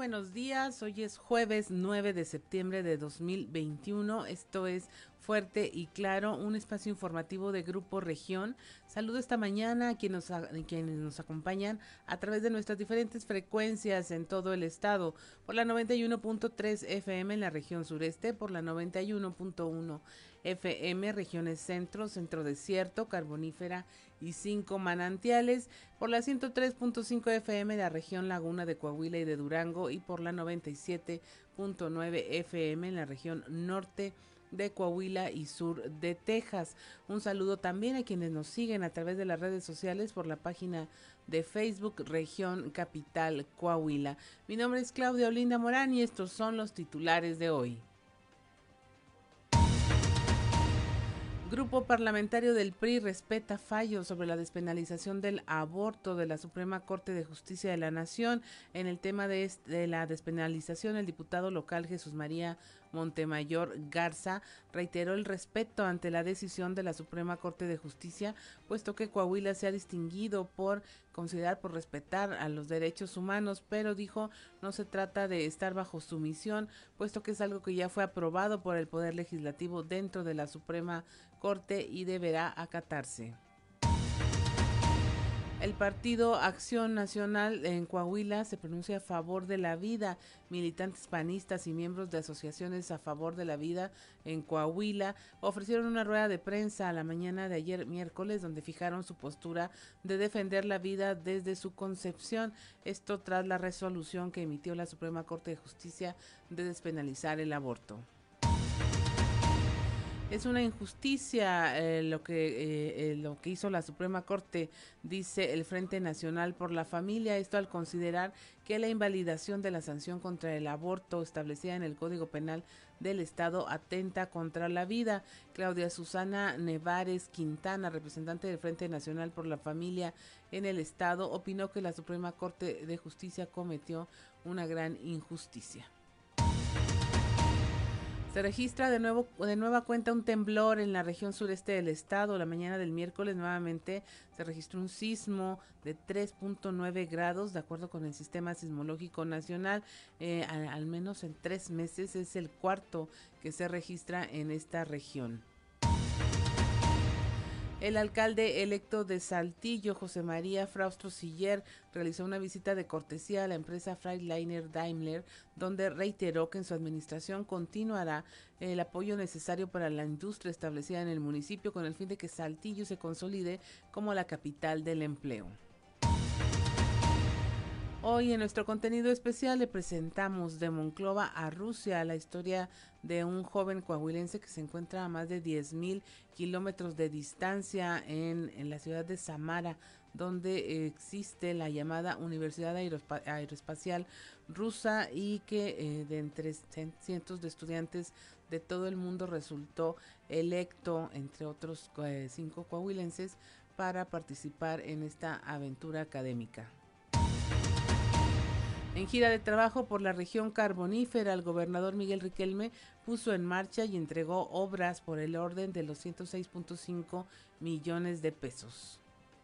buenos días. Hoy es jueves 9 de septiembre de 2021. Esto es Fuerte y Claro, un espacio informativo de Grupo Región. Saludo esta mañana a quienes nos acompañan a través de nuestras diferentes frecuencias en todo el estado. Por la 91.3 FM en la región sureste, por la 91.1 FM, regiones centro, centro desierto, carbonífera y 5 manantiales, por la 103.5 FM de la región Laguna de Coahuila y de Durango y por la 97.9 FM en la región norte de Coahuila y sur de Texas. Un saludo también a quienes nos siguen a través de las redes sociales por la página de Facebook Región Capital Coahuila. Mi nombre es Claudia Olinda Morán y estos son los titulares de hoy. Grupo parlamentario del PRI respeta fallos sobre la despenalización del aborto de la Suprema Corte de Justicia de la Nación. En el tema de la despenalización, el diputado local Jesús María Montemayor Garza reiteró el respeto ante la decisión de la Suprema Corte de Justicia, puesto que Coahuila se ha distinguido por respetar a los derechos humanos, pero dijo no se trata de estar bajo sumisión, puesto que es algo que ya fue aprobado por el Poder Legislativo dentro de la Suprema Corte y deberá acatarse. El Partido Acción Nacional en Coahuila se pronuncia a favor de la vida. Militantes panistas y miembros de asociaciones a favor de la vida en Coahuila ofrecieron una rueda de prensa a la mañana de ayer miércoles donde fijaron su postura de defender la vida desde su concepción. Esto tras la resolución que emitió la Suprema Corte de Justicia de despenalizar el aborto. Es una injusticia lo que hizo la Suprema Corte, dice el Frente Nacional por la Familia, esto al considerar que la invalidación de la sanción contra el aborto establecida en el Código Penal del Estado atenta contra la vida. Claudia Susana Nevares Quintana, representante del Frente Nacional por la Familia en el Estado, opinó que la Suprema Corte de Justicia cometió una gran injusticia. Se registra de nueva cuenta un temblor en la región sureste del estado. La mañana del miércoles nuevamente se registró un sismo de 3.9 grados, de acuerdo con el Sistema Sismológico Nacional. Al menos en 3 meses es el cuarto que se registra en esta región. El alcalde electo de Saltillo, José María Fraustro Siller, realizó una visita de cortesía a la empresa Freightliner Daimler, donde reiteró que en su administración continuará el apoyo necesario para la industria establecida en el municipio con el fin de que Saltillo se consolide como la capital del empleo. Hoy en nuestro contenido especial le presentamos de Monclova a Rusia la historia de un joven coahuilense que se encuentra a más de 10,000 kilómetros de distancia en la ciudad de Samara, donde existe la llamada Universidad Aeroespacial Rusa y que de entre cientos de estudiantes de todo el mundo resultó electo, entre otros 5 coahuilenses, para participar en esta aventura académica. En gira de trabajo por la región carbonífera, el gobernador Miguel Riquelme puso en marcha y entregó obras por el orden de los 106.5 millones de pesos.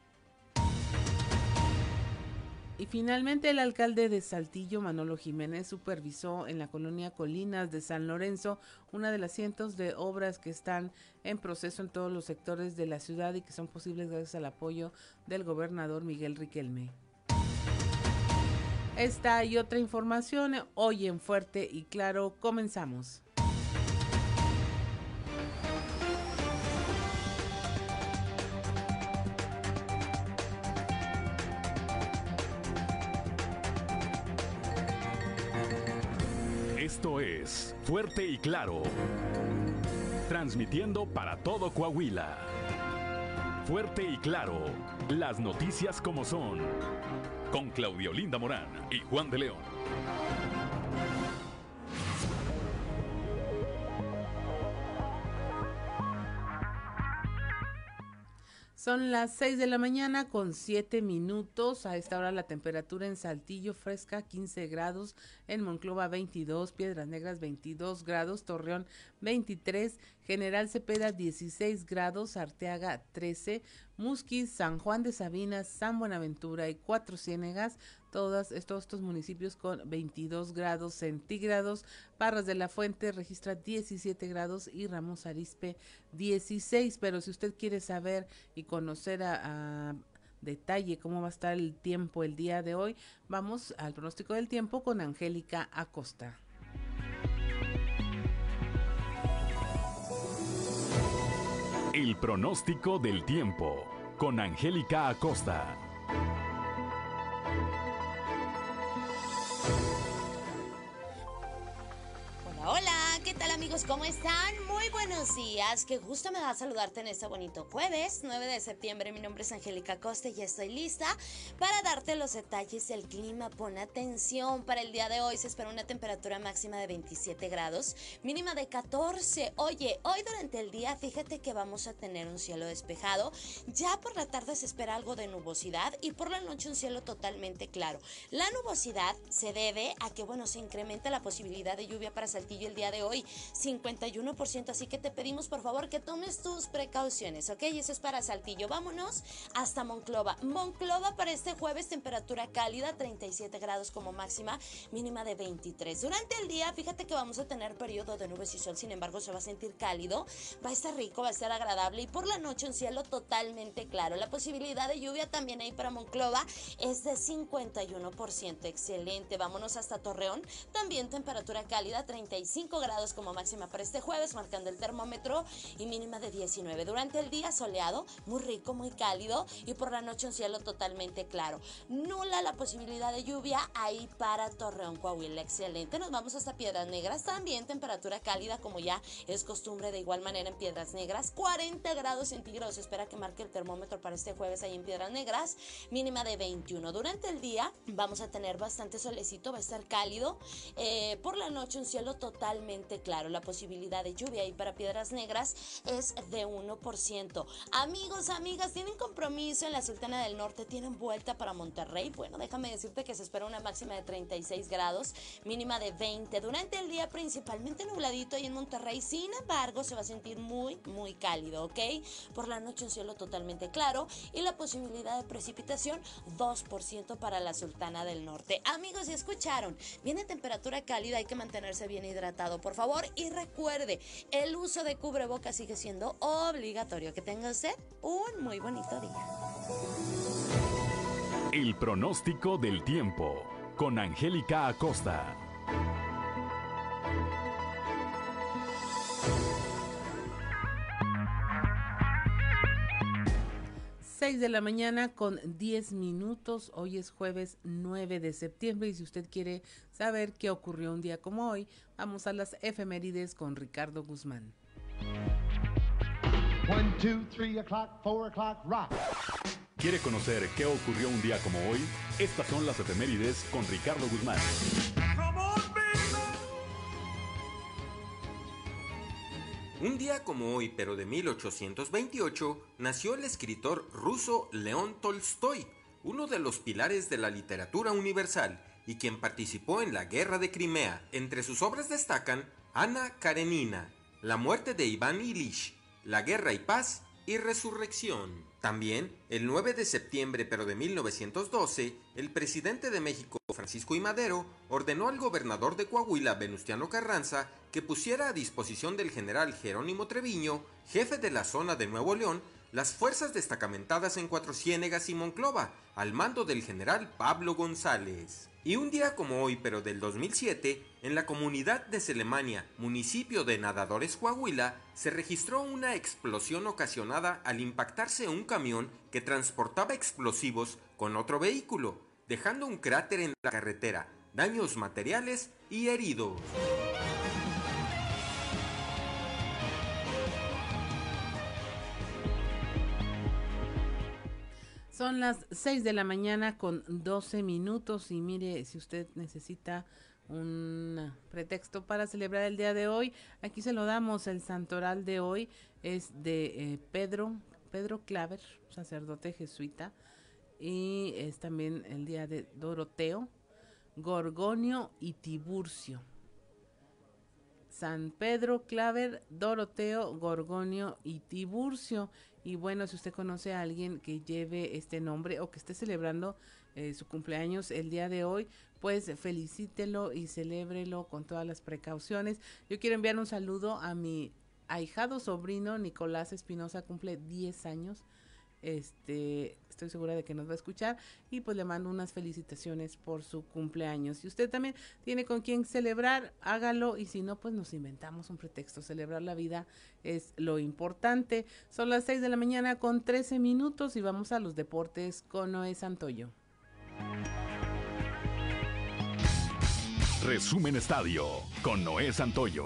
Y finalmente el alcalde de Saltillo, Manolo Jiménez, supervisó en la colonia Colinas de San Lorenzo una de las cientos de obras que están en proceso en todos los sectores de la ciudad y que son posibles gracias al apoyo del gobernador Miguel Riquelme. Esta y otra información hoy en Fuerte y Claro, comenzamos. Esto es Fuerte y Claro, transmitiendo para todo Coahuila. Fuerte y Claro, las noticias como son, con Claudia Olinda Morán y Juan de León. Son las 6 de la mañana con 7 minutos. A esta hora la temperatura en Saltillo fresca 15 grados, en Monclova 22, Piedras Negras 22 grados, Torreón 23, General Cepeda 16 grados, Arteaga 13, Musquis, San Juan de Sabinas, San Buenaventura y Cuatro Ciénegas todos estos municipios con 22 grados centígrados. Parras de la Fuente registra 17 grados y Ramos Arizpe 16. Pero si usted quiere saber y conocer a detalle cómo va a estar el tiempo el día de hoy, vamos al pronóstico del tiempo con Angélica Acosta. El pronóstico del tiempo con Angélica Acosta. Hola, ¿qué tal amigos? ¿Cómo están? Muy buenos días, qué gusto me da a saludarte en este bonito jueves 9 de septiembre. Mi nombre es Angélica Costa y ya estoy lista para darte los detalles del clima. Pon atención, para el día de hoy se espera una temperatura máxima de 27 grados, mínima de 14. Oye, hoy durante el día fíjate que vamos a tener un cielo despejado, ya por la tarde se espera algo de nubosidad y por la noche un cielo totalmente claro. La nubosidad se debe a que, se incrementa la posibilidad de lluvia para Saltillo el día de hoy, 51%, así que te pedimos por favor que tomes tus precauciones, ¿ok? Eso es para Saltillo. Vámonos hasta Monclova. Monclova para este jueves, temperatura cálida, 37 grados como máxima, mínima de 23. Durante el día, fíjate que vamos a tener periodo de nubes y sol, sin embargo se va a sentir cálido, va a estar rico, va a estar agradable y por la noche un cielo totalmente claro. La posibilidad de lluvia también ahí para Monclova es de 51%, excelente. Vámonos hasta Torreón, también temperatura cálida, 35 grados como máxima para este jueves, marcando el termómetro y mínima de 19. Durante el día soleado, muy rico, muy cálido y por la noche un cielo totalmente claro. Nula la posibilidad de lluvia ahí para Torreón, Coahuila, excelente. Nos vamos hasta Piedras Negras, también temperatura cálida como ya es costumbre de igual manera en Piedras Negras, 40 grados centígrados, espera que marque el termómetro para este jueves ahí en Piedras Negras, mínima de 21. Durante el día vamos a tener bastante solecito, va a estar cálido, por la noche un cielo totalmente claro. La posibilidad de lluvia ahí para Piedras Negras es de 1%. Amigos, amigas, ¿tienen compromiso en la Sultana del Norte? ¿Tienen vuelta para Monterrey? Bueno, déjame decirte que se espera una máxima de 36 grados, mínima de 20. Durante el día principalmente nubladito ahí en Monterrey, sin embargo se va a sentir muy, muy cálido, ¿ok? Por la noche un cielo totalmente claro y la posibilidad de precipitación 2% para la Sultana del Norte. Amigos, ¿ya escucharon? Viene temperatura cálida, hay que mantenerse bien hidratado, por favor, y recuerde, el uso de cubrebocas sigue siendo obligatorio. Que tenga usted un muy bonito día. El pronóstico del tiempo con Angélica Acosta. 6 de la mañana con 10 minutos. Hoy es jueves 9 de septiembre y si usted quiere saber qué ocurrió un día como hoy, vamos a las efemérides con Ricardo Guzmán. 1, 2, 3 o'clock, 4 o'clock, rock. ¿Quiere conocer qué ocurrió un día como hoy? Estas son las efemérides con Ricardo Guzmán. Un día como hoy, pero de 1828, nació el escritor ruso León Tolstoy, uno de los pilares de la literatura universal y quien participó en la Guerra de Crimea. Entre sus obras destacan Ana Karenina, La muerte de Iván Ilich, La guerra y paz y Resurrección. También, el 9 de septiembre pero de 1912, el presidente de México, Francisco I. Madero, ordenó al gobernador de Coahuila, Venustiano Carranza, que pusiera a disposición del general Jerónimo Treviño, jefe de la zona de Nuevo León, las fuerzas destacamentadas en Cuatro Ciénegas y Monclova, al mando del general Pablo González. Y un día como hoy, pero del 2007, en la comunidad de Celemania, municipio de Nadadores, Coahuila, se registró una explosión ocasionada al impactarse un camión que transportaba explosivos con otro vehículo, dejando un cráter en la carretera, daños materiales y heridos. Son las 6 de la mañana con 12 minutos y mire, si usted necesita un pretexto para celebrar el día de hoy, aquí se lo damos. El santoral de hoy es de Pedro Claver, sacerdote jesuita, y es también el día de Doroteo, Gorgonio y Tiburcio. San Pedro, Claver, Doroteo, Gorgonio y Tiburcio. Y bueno, si usted conoce a alguien que lleve este nombre o que esté celebrando su cumpleaños el día de hoy, pues felicítelo y celébrelo con todas las precauciones. Yo quiero enviar un saludo a mi ahijado sobrino Nicolás Espinosa, cumple 10 años. Estoy segura de que nos va a escuchar y pues le mando unas felicitaciones por su cumpleaños. Si usted también tiene con quién celebrar, hágalo, y si no, pues nos inventamos un pretexto. Celebrar la vida es lo importante. Son las 6 de la mañana con 13 minutos y vamos a los deportes con Noé Santoyo. Resumen Estadio con Noé Santoyo.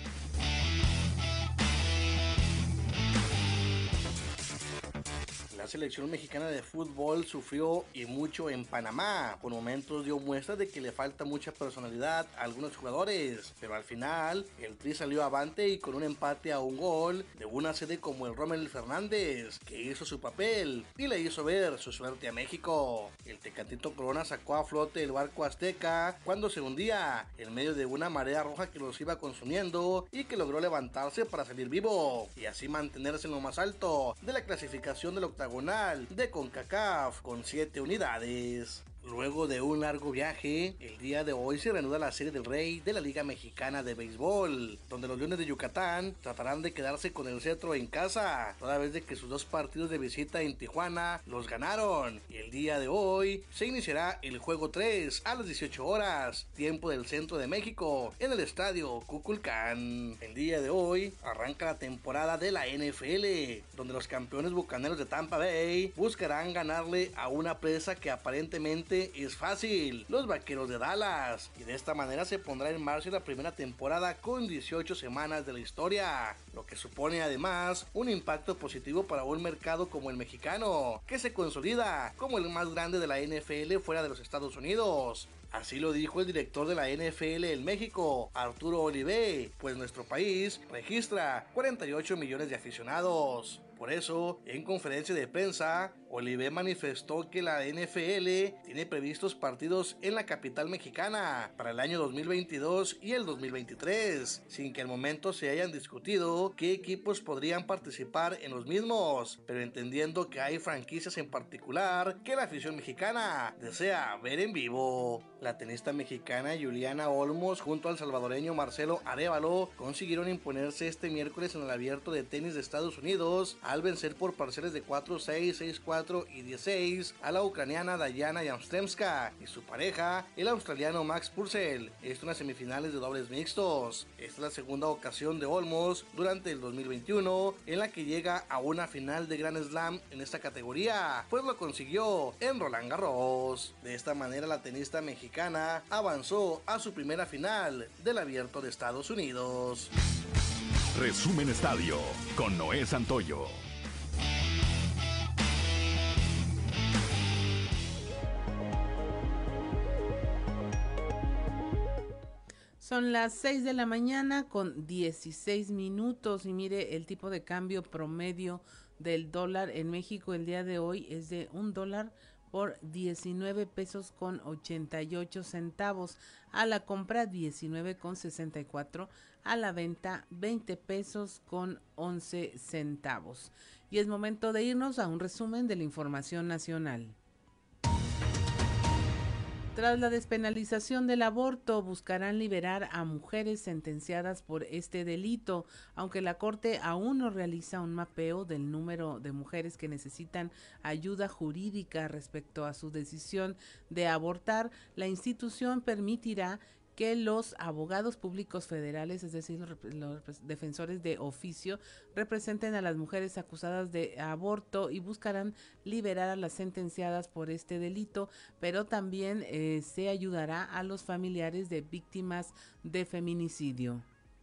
La selección mexicana de fútbol sufrió y mucho en Panamá. Por momentos dio muestras de que le falta mucha personalidad a algunos jugadores, pero al final el Tri salió avante y con un empate a un gol de una sede como el Rommel Fernández, que hizo su papel y le hizo ver su suerte a México. El Tecatito Corona sacó a flote el barco azteca cuando se hundía en medio de una marea roja que los iba consumiendo y que logró levantarse para salir vivo y así mantenerse en lo más alto de la clasificación del octagonal de CONCACAF con 7 unidades. Luego de un largo viaje, el día de hoy se reanuda la Serie del Rey de la Liga Mexicana de Béisbol, donde los Leones de Yucatán tratarán de quedarse con el cetro en casa, toda vez de que sus 2 partidos de visita en Tijuana los ganaron. Y el día de hoy se iniciará el juego 3 a las 18 horas, tiempo del centro de México, en el estadio Cuculcán. El día de hoy arranca la temporada de la NFL, donde los campeones bucaneros de Tampa Bay buscarán ganarle a una presa que aparentemente es fácil, los Vaqueros de Dallas, y de esta manera se pondrá en marcha la primera temporada con 18 semanas de la historia, lo que supone además un impacto positivo para un mercado como el mexicano, que se consolida como el más grande de la NFL fuera de los Estados Unidos. Así lo dijo el director de la NFL en México, Arturo Olivé, pues nuestro país registra 48 millones de aficionados. Por eso, en conferencia de prensa, Olivé manifestó que la NFL tiene previstos partidos en la capital mexicana para el año 2022 y el 2023, sin que al momento se hayan discutido qué equipos podrían participar en los mismos, pero entendiendo que hay franquicias en particular que la afición mexicana desea ver en vivo. La tenista mexicana Juliana Olmos junto al salvadoreño Marcelo Arévalo consiguieron imponerse este miércoles en el Abierto de Tenis de Estados Unidos al vencer por parciales de 4-6, 6-4 y 10-6 a la ucraniana Dayana Yastremska y su pareja, el australiano Max Purcell, esto en las semifinales de dobles mixtos. Esta es la segunda ocasión de Olmos durante el 2021 en la que llega a una final de Grand Slam en esta categoría, pues lo consiguió en Roland Garros. De esta manera la tenista mexicana avanzó a su primera final del Abierto de Estados Unidos. Resumen Estadio con Noé Santoyo. Son las 6 de la mañana con 16 minutos y mire, el tipo de cambio promedio del dólar en México el día de hoy es de $1 por 19 pesos con 88 centavos, a la compra 19 con 64, a la venta 20 pesos con 11 centavos. Y es momento de irnos a un resumen de la información nacional. Tras la despenalización del aborto, buscarán liberar a mujeres sentenciadas por este delito, aunque la Corte aún no realiza un mapeo del número de mujeres que necesitan ayuda jurídica respecto a su decisión de abortar. La institución permitirá que los abogados públicos federales, es decir, los defensores de oficio, representen a las mujeres acusadas de aborto y buscarán liberar a las sentenciadas por este delito, pero también se ayudará a los familiares de víctimas de feminicidio.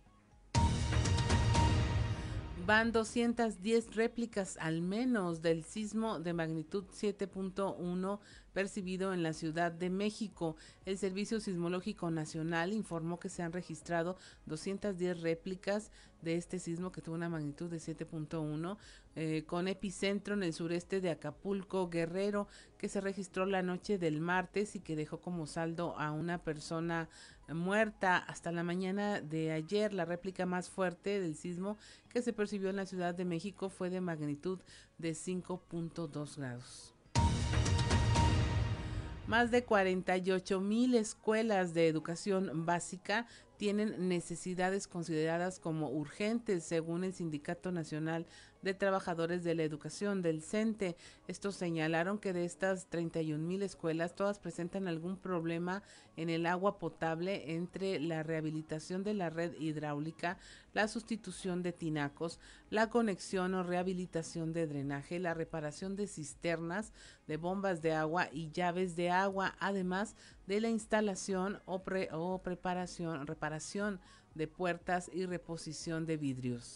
Van 210 réplicas al menos del sismo de magnitud 7.1 percibido en la Ciudad de México. El Servicio Sismológico Nacional informó que se han registrado 210 réplicas de este sismo que tuvo una magnitud de 7.1 con epicentro en el sureste de Acapulco, Guerrero, que se registró la noche del martes y que dejó como saldo a una persona muerta. Hasta la mañana de ayer, la réplica más fuerte del sismo que se percibió en la Ciudad de México fue de magnitud de 5.2 grados. Más de 48,000 escuelas de educación básica tienen necesidades consideradas como urgentes, según el Sindicato Nacional de Trabajadores de la Educación del CENTE. Estos señalaron que de estas 31,000 escuelas, todas presentan algún problema en el agua potable, entre la rehabilitación de la red hidráulica, la sustitución de tinacos, la conexión o rehabilitación de drenaje, la reparación de cisternas, de bombas de agua y llaves de agua, además de la instalación o reparación de puertas y reposición de vidrios.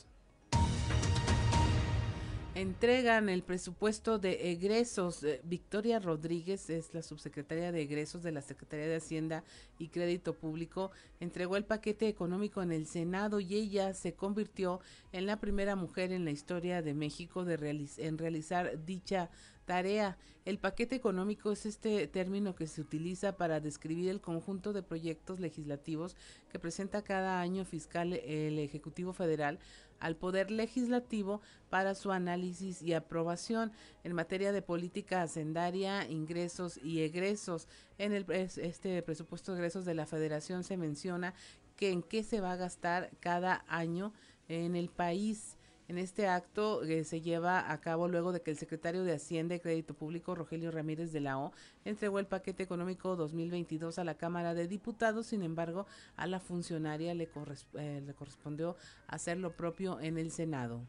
Entregan el presupuesto de egresos. Victoria Rodríguez es la subsecretaria de egresos de la Secretaría de Hacienda y Crédito Público. Entregó el paquete económico en el Senado y ella se convirtió en la primera mujer en la historia de México en realizar dicha tarea. El paquete económico es este término que se utiliza para describir el conjunto de proyectos legislativos que presenta cada año fiscal el Ejecutivo Federal al Poder Legislativo para su análisis y aprobación en materia de política hacendaria, ingresos y egresos. En este presupuesto de egresos de la Federación se menciona que en qué se va a gastar cada año en el país. En este acto se lleva a cabo luego de que el secretario de Hacienda y Crédito Público, Rogelio Ramírez de la O, entregó el paquete económico 2022 a la Cámara de Diputados. Sin embargo, a la funcionaria le correspondió hacer lo propio en el Senado.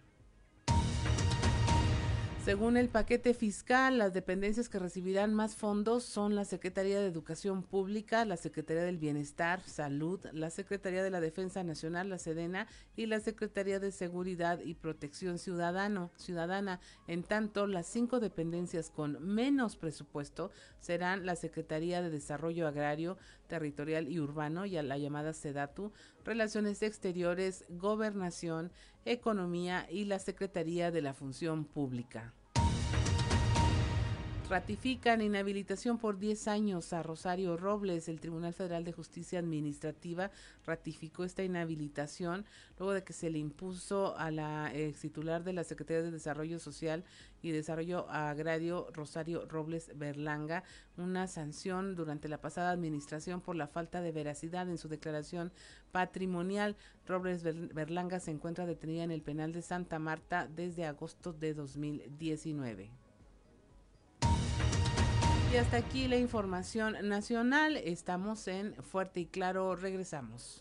Según el paquete fiscal, las dependencias que recibirán más fondos son la Secretaría de Educación Pública, la Secretaría del Bienestar, Salud, la Secretaría de la Defensa Nacional, la Sedena, y la Secretaría de Seguridad y Protección Ciudadana. En tanto, las 5 dependencias con menos presupuesto serán la Secretaría de Desarrollo Agrario, Territorial y Urbano, y a la llamada SEDATU, Relaciones Exteriores, Gobernación, Economía y la Secretaría de la Función Pública. Ratifican inhabilitación por 10 años a Rosario Robles. El Tribunal Federal de Justicia Administrativa ratificó esta inhabilitación luego de que se le impuso a la ex titular de la Secretaría de Desarrollo Social y Desarrollo Agrario, Rosario Robles Berlanga, una sanción durante la pasada administración por la falta de veracidad en su declaración patrimonial. Robles Berlanga se encuentra detenida en el penal de Santa Marta desde agosto de 2019. Y hasta aquí la información nacional. Estamos en Fuerte y Claro. Regresamos.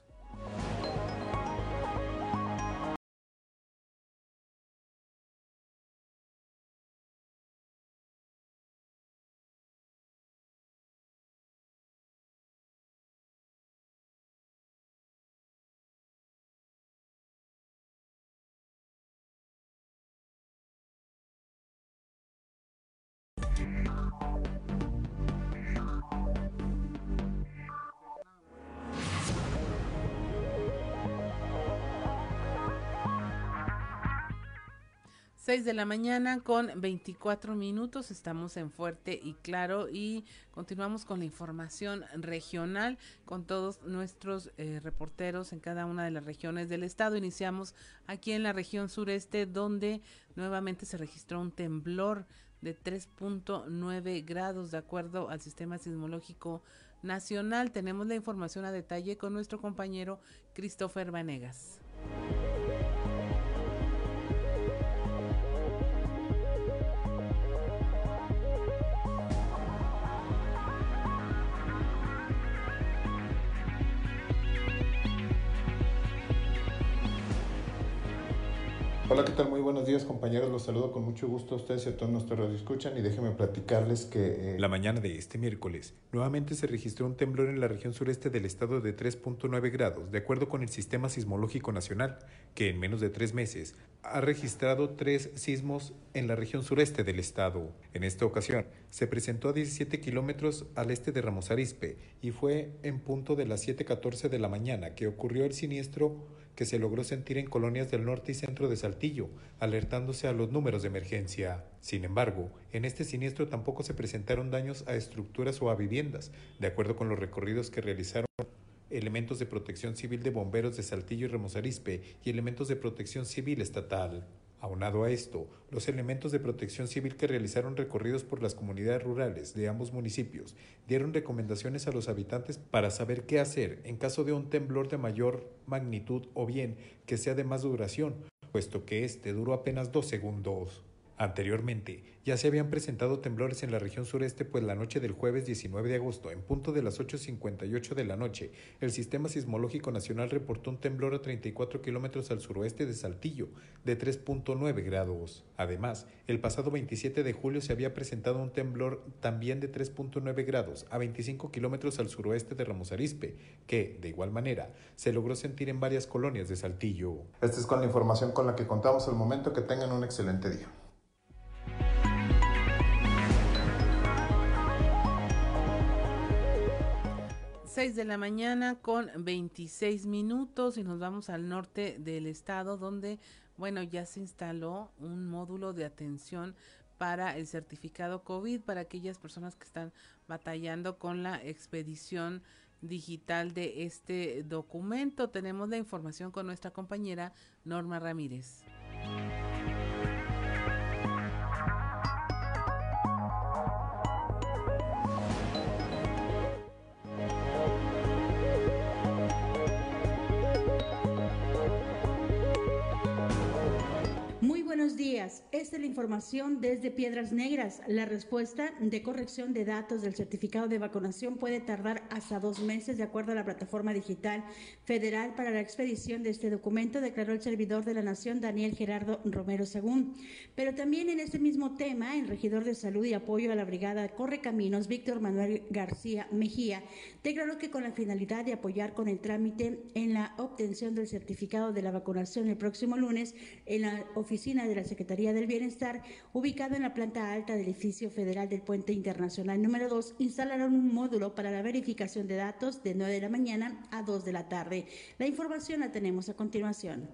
Seis de la mañana con 24 minutos, estamos en Fuerte y Claro y continuamos con la información regional con todos nuestros reporteros en cada una de las regiones del estado. Iniciamos aquí en la región sureste, donde nuevamente se registró un temblor de 3.9 grados de acuerdo al Sistema Sismológico Nacional. Tenemos la información a detalle con nuestro compañero Christopher Vanegas. Hola, ¿qué tal? Muy buenos días, compañeros. Los saludo con mucho gusto a ustedes y a todos nuestros radioescuchan y déjenme platicarles que la mañana de este miércoles nuevamente se registró un temblor en la región sureste del estado de 3.9 grados, de acuerdo con el Sistema Sismológico Nacional, que en menos de 3 meses ha registrado 3 sismos en la región sureste del estado. En esta ocasión se presentó a 17 kilómetros al este de Ramos Arizpe y fue en punto de las 7:14 de la mañana que ocurrió el siniestro que se logró sentir en colonias del norte y centro de Saltillo, alertándose a los números de emergencia. Sin embargo, en este siniestro tampoco se presentaron daños a estructuras o a viviendas, de acuerdo con los recorridos que realizaron elementos de protección civil de bomberos de Saltillo y Ramos Arizpe y elementos de protección civil estatal. Aunado a esto, los elementos de protección civil que realizaron recorridos por las comunidades rurales de ambos municipios dieron recomendaciones a los habitantes para saber qué hacer en caso de un temblor de mayor magnitud o bien que sea de más duración, puesto que este duró apenas 2 segundos. Anteriormente, ya se habían presentado temblores en la región sureste, pues la noche del jueves 19 de agosto, en punto de las 8:58 de la noche, el Sistema Sismológico Nacional reportó un temblor a 34 kilómetros al suroeste de Saltillo, de 3.9 grados. Además, el pasado 27 de julio se había presentado un temblor también de 3.9 grados, a 25 kilómetros al suroeste de Ramos Arizpe, que, de igual manera, se logró sentir en varias colonias de Saltillo. Esta es con la información con la que contamos al momento. Que tengan un excelente día. 6 de la mañana con 26 minutos y nos vamos al norte del estado donde, bueno, ya se instaló un módulo de atención para el certificado COVID para aquellas personas que están batallando con la expedición digital de este documento. Tenemos la información con nuestra compañera Norma Ramírez. Buenos días, esta es la información desde Piedras Negras. La respuesta de corrección de datos del certificado de vacunación puede tardar hasta 2 meses de acuerdo a la plataforma digital federal para la expedición de este documento, declaró el servidor de la Nación Daniel Gerardo Romero Según. Pero también en este mismo tema, el regidor de Salud y Apoyo a la Brigada Correcaminos, Víctor Manuel García Mejía, declaró que con la finalidad de apoyar con el trámite en la obtención del certificado de la vacunación el próximo lunes en la oficina de la Secretaría del Bienestar, ubicado en la planta alta del edificio federal del Puente Internacional número 2, instalaron un módulo para la verificación de datos de 9 de la mañana a 2 de la tarde. La información la tenemos a continuación.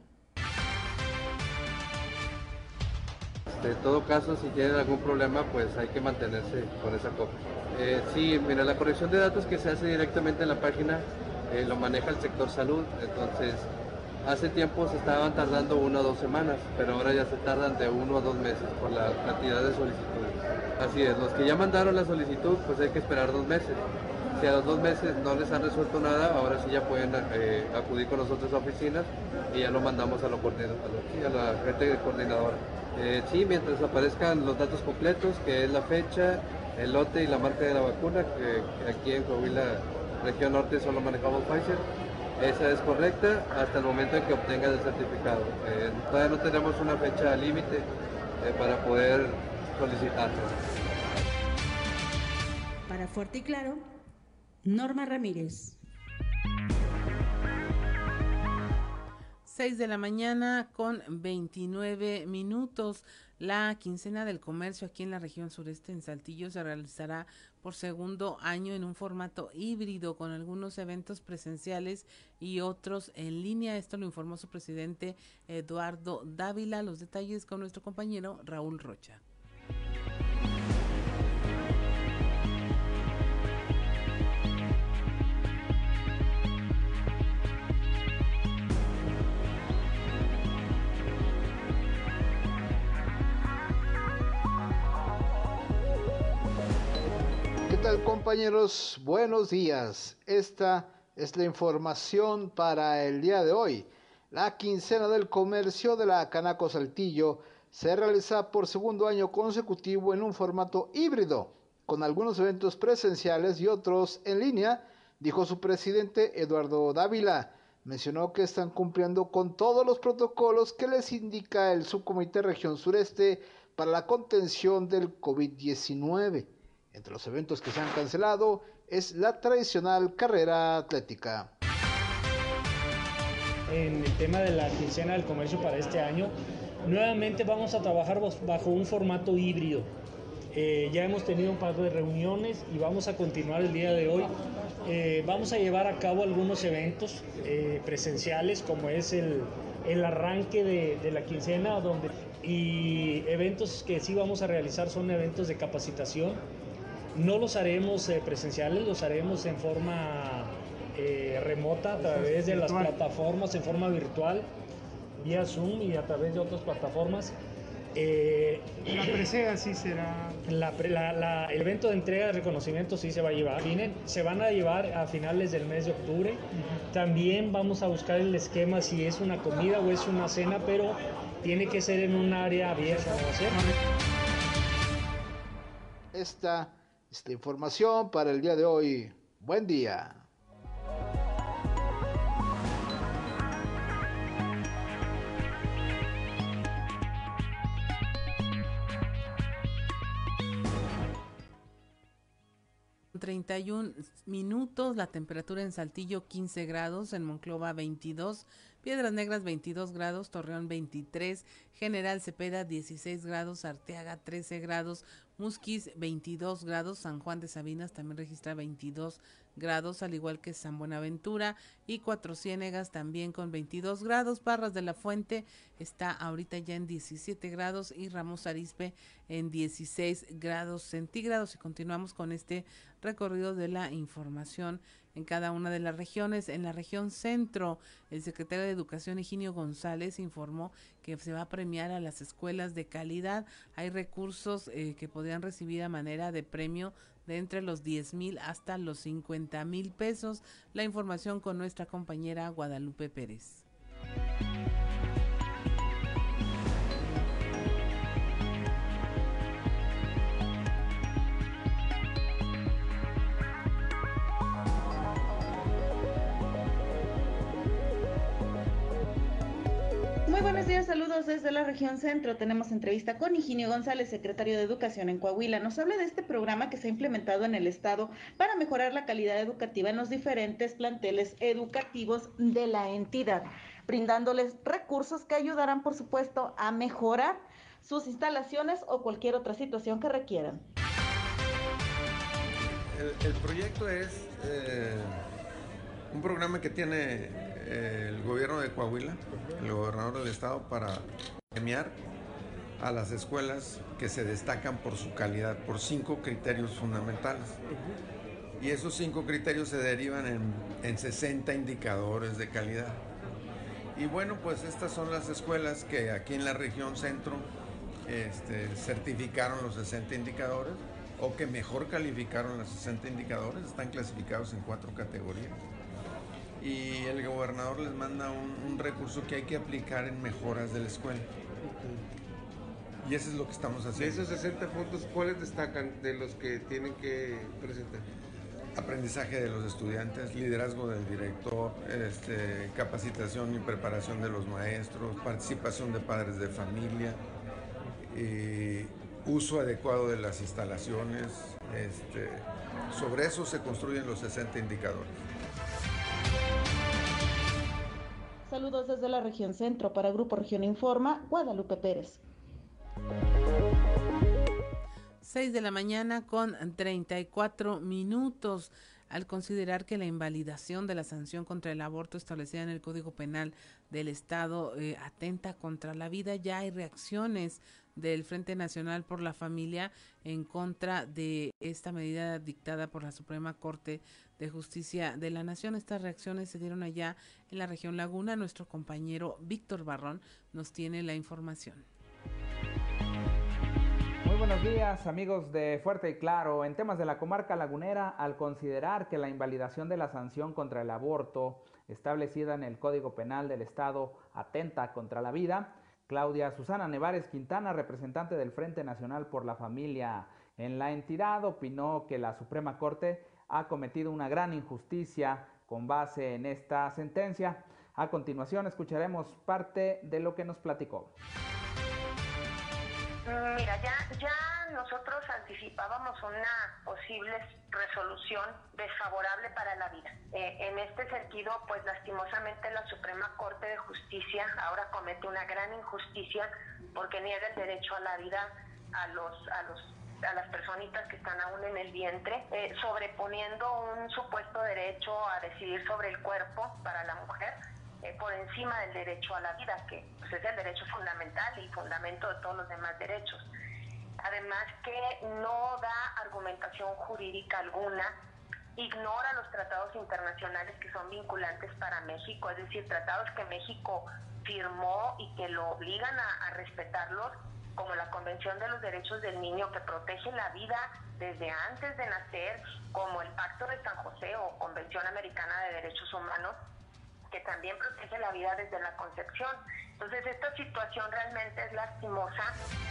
En todo caso, si tienen algún problema, pues hay que mantenerse con esa copia. Sí, mira, la corrección de datos que se hace directamente en la página lo maneja el sector salud, entonces hace tiempo se estaban tardando 1 o 2 semanas, pero ahora ya se tardan de 1 a 2 meses por la cantidad de solicitudes. Así es, los que ya mandaron la solicitud, pues hay que esperar 2 meses. Si a los 2 meses no les han resuelto nada, ahora sí ya pueden acudir con nosotros a oficinas y ya lo mandamos a la gente coordinadora. Sí, mientras aparezcan los datos completos, que es la fecha, el lote y la marca de la vacuna, que aquí en Coahuila, región norte, solo manejamos Pfizer. Esa es correcta hasta el momento en que obtengan el certificado. Todavía no tenemos una fecha límite para poder solicitarlo. Para Fuerte y Claro, Norma Ramírez. 6 de la mañana con 29 minutos. La quincena del comercio aquí en la región sureste en Saltillo se realizará por segundo año en un formato híbrido con algunos eventos presenciales y otros en línea. Esto lo informó su presidente Eduardo Dávila. Los detalles con nuestro compañero Raúl Rocha. ¿Qué tal, compañeros? Buenos días. Esta es la información para el día de hoy. La quincena del comercio de la Canaco Saltillo se realiza por segundo año consecutivo en un formato híbrido, con algunos eventos presenciales y otros en línea, dijo su presidente Eduardo Dávila. Mencionó que están cumpliendo con todos los protocolos que les indica el Subcomité Región Sureste para la contención del COVID-19. Entre los eventos que se han cancelado es la tradicional carrera atlética. En el tema de la quincena del comercio para este año, nuevamente vamos a trabajar bajo un formato híbrido. Ya hemos tenido un par de reuniones y vamos a continuar el día de hoy. Vamos a llevar a cabo algunos eventos presenciales, como es el arranque de la quincena, y eventos que sí vamos a realizar son eventos de capacitación. No los haremos presenciales, los haremos en forma remota, a través de las plataformas, en forma virtual, vía Zoom y a través de otras plataformas. La presea sí será. El evento de entrega de reconocimiento sí se va a llevar. Se van a llevar a finales del mes de octubre. También vamos a buscar el esquema si es una comida o es una cena, pero tiene que ser en un área abierta. Esta es la información para el día de hoy. Buen día. ...31 minutos, la temperatura en Saltillo 15 grados, en Monclova 22, Piedras Negras 22 grados, Torreón 23, General Cepeda 16 grados, Arteaga 13 grados, Musquis 22 grados, San Juan de Sabinas también registra 22 grados, al igual que San Buenaventura, y Cuatro Ciénegas también con 22 grados, Parras de la Fuente está ahorita ya en 17 grados y Ramos Arizpe en 16 grados centígrados. Y continuamos con este recorrido de la información en cada una de las regiones. En la región centro, el secretario de Educación, Higinio González, informó que se va a premiar a las escuelas de calidad. Hay recursos que podrían recibir a manera de premio de entre los 10,000 hasta los 50,000 pesos. La información con nuestra compañera Guadalupe Pérez. Muy buenos días, saludos desde la región centro. Tenemos entrevista con Higinio González, secretario de Educación en Coahuila. Nos habla de este programa que se ha implementado en el estado para mejorar la calidad educativa en los diferentes planteles educativos de la entidad, brindándoles recursos que ayudarán, por supuesto, a mejorar sus instalaciones o cualquier otra situación que requieran. El proyecto es un programa que tiene el gobierno de Coahuila, el gobernador del estado, para premiar a las escuelas que se destacan por su calidad, por 5 criterios fundamentales. Y esos 5 criterios se derivan en 60 indicadores de calidad. Y bueno, pues estas son las escuelas que aquí en la región centro certificaron los 60 indicadores, o que mejor calificaron los 60 indicadores. Están clasificados en 4 categorías. Y el gobernador les manda un recurso que hay que aplicar en mejoras de la escuela. Y eso es lo que estamos haciendo. De esos 60 puntos, ¿cuáles destacan de los que tienen que presentar? Aprendizaje de los estudiantes, liderazgo del director, capacitación y preparación de los maestros, participación de padres de familia, uso adecuado de las instalaciones. Sobre eso se construyen los 60 indicadores. Saludos desde la región centro. Para Grupo Región Informa, Guadalupe Pérez. 6 de la mañana con 34 minutos. Al considerar que la invalidación de la sanción contra el aborto establecida en el Código Penal del Estado atenta contra la vida, ya hay reacciones del Frente Nacional por la Familia en contra de esta medida dictada por la Suprema Corte de Justicia de la Nación. Estas reacciones se dieron allá en la región Laguna. Nuestro compañero Víctor Barrón nos tiene la información. Muy buenos días, amigos de Fuerte y Claro. En temas de la comarca lagunera, al considerar que la invalidación de la sanción contra el aborto establecida en el Código Penal del Estado atenta contra la vida, Claudia Susana Nevares Quintana, representante del Frente Nacional por la Familia en la entidad, opinó que la Suprema Corte ha cometido una gran injusticia con base en esta sentencia. A continuación escucharemos parte de lo que nos platicó. Mira, ya nosotros anticipábamos una posible resolución desfavorable para la vida. En este sentido, pues lastimosamente la Suprema Corte de Justicia ahora comete una gran injusticia porque niega el derecho a la vida a los a las personitas que están aún en el vientre, sobreponiendo un supuesto derecho a decidir sobre el cuerpo para la mujer por encima del derecho a la vida, que pues, es el derecho fundamental y fundamento de todos los demás derechos. Además que no da argumentación jurídica alguna, ignora los tratados internacionales que son vinculantes para México, es decir, tratados que México firmó y que lo obligan a respetarlos, como la Convención de los Derechos del Niño, que protege la vida desde antes de nacer, como el Pacto de San José o Convención Americana de Derechos Humanos, que también protege la vida desde la concepción. Entonces, esta situación realmente es lastimosa.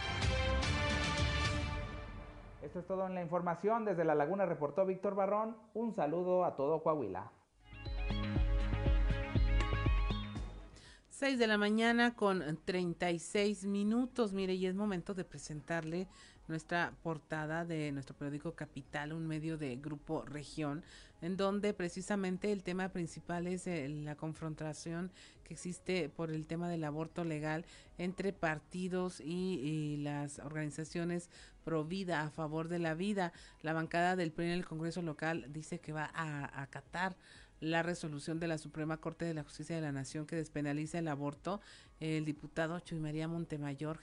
Esto es todo en la información. Desde La Laguna reportó Víctor Barrón. Un saludo a todo Coahuila. 6 de la mañana con 36 minutos. Mire, y es momento de presentarle nuestra portada de nuestro periódico Capital, un medio de Grupo Región, en donde precisamente el tema principal es la confrontación que existe por el tema del aborto legal entre partidos y las organizaciones pro vida, a favor de la vida. La bancada del PRI en el Congreso local dice que va a acatar la resolución de la Suprema Corte de la Justicia de la Nación que despenaliza el aborto. El diputado Jesús María Montemayor,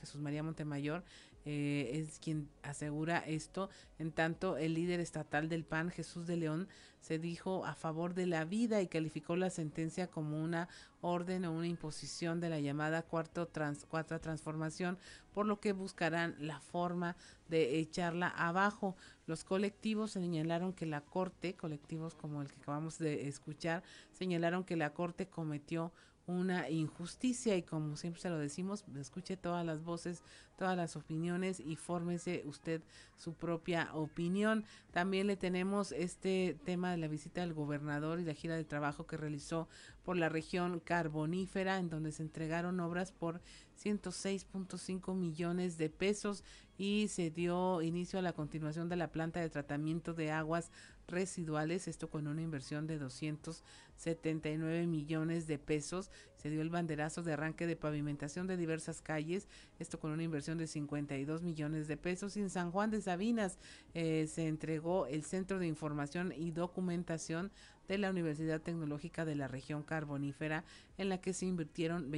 es quien asegura esto. En tanto, el líder estatal del PAN, Jesús de León, se dijo a favor de la vida y calificó la sentencia como una orden o una imposición de la llamada cuarta transformación, por lo que buscarán la forma de echarla abajo. Los colectivos señalaron que la Corte, colectivos como el que acabamos de escuchar, señalaron que la Corte cometió una injusticia y, como siempre se lo decimos, escuche todas las voces, todas las opiniones y fórmese usted su propia opinión. También le tenemos este tema de la visita del gobernador y la gira de trabajo que realizó por la región carbonífera, en donde se entregaron obras por 106.5 millones de pesos y se dio inicio a la continuación de la planta de tratamiento de aguas residuales, esto con una inversión de 279 millones de pesos. Se dio el banderazo de arranque de pavimentación de diversas calles, esto con una inversión de 52 millones de pesos. Y en San Juan de Sabinas se entregó el Centro de Información y Documentación de la Universidad Tecnológica de la Región Carbonífera, en la que se invirtieron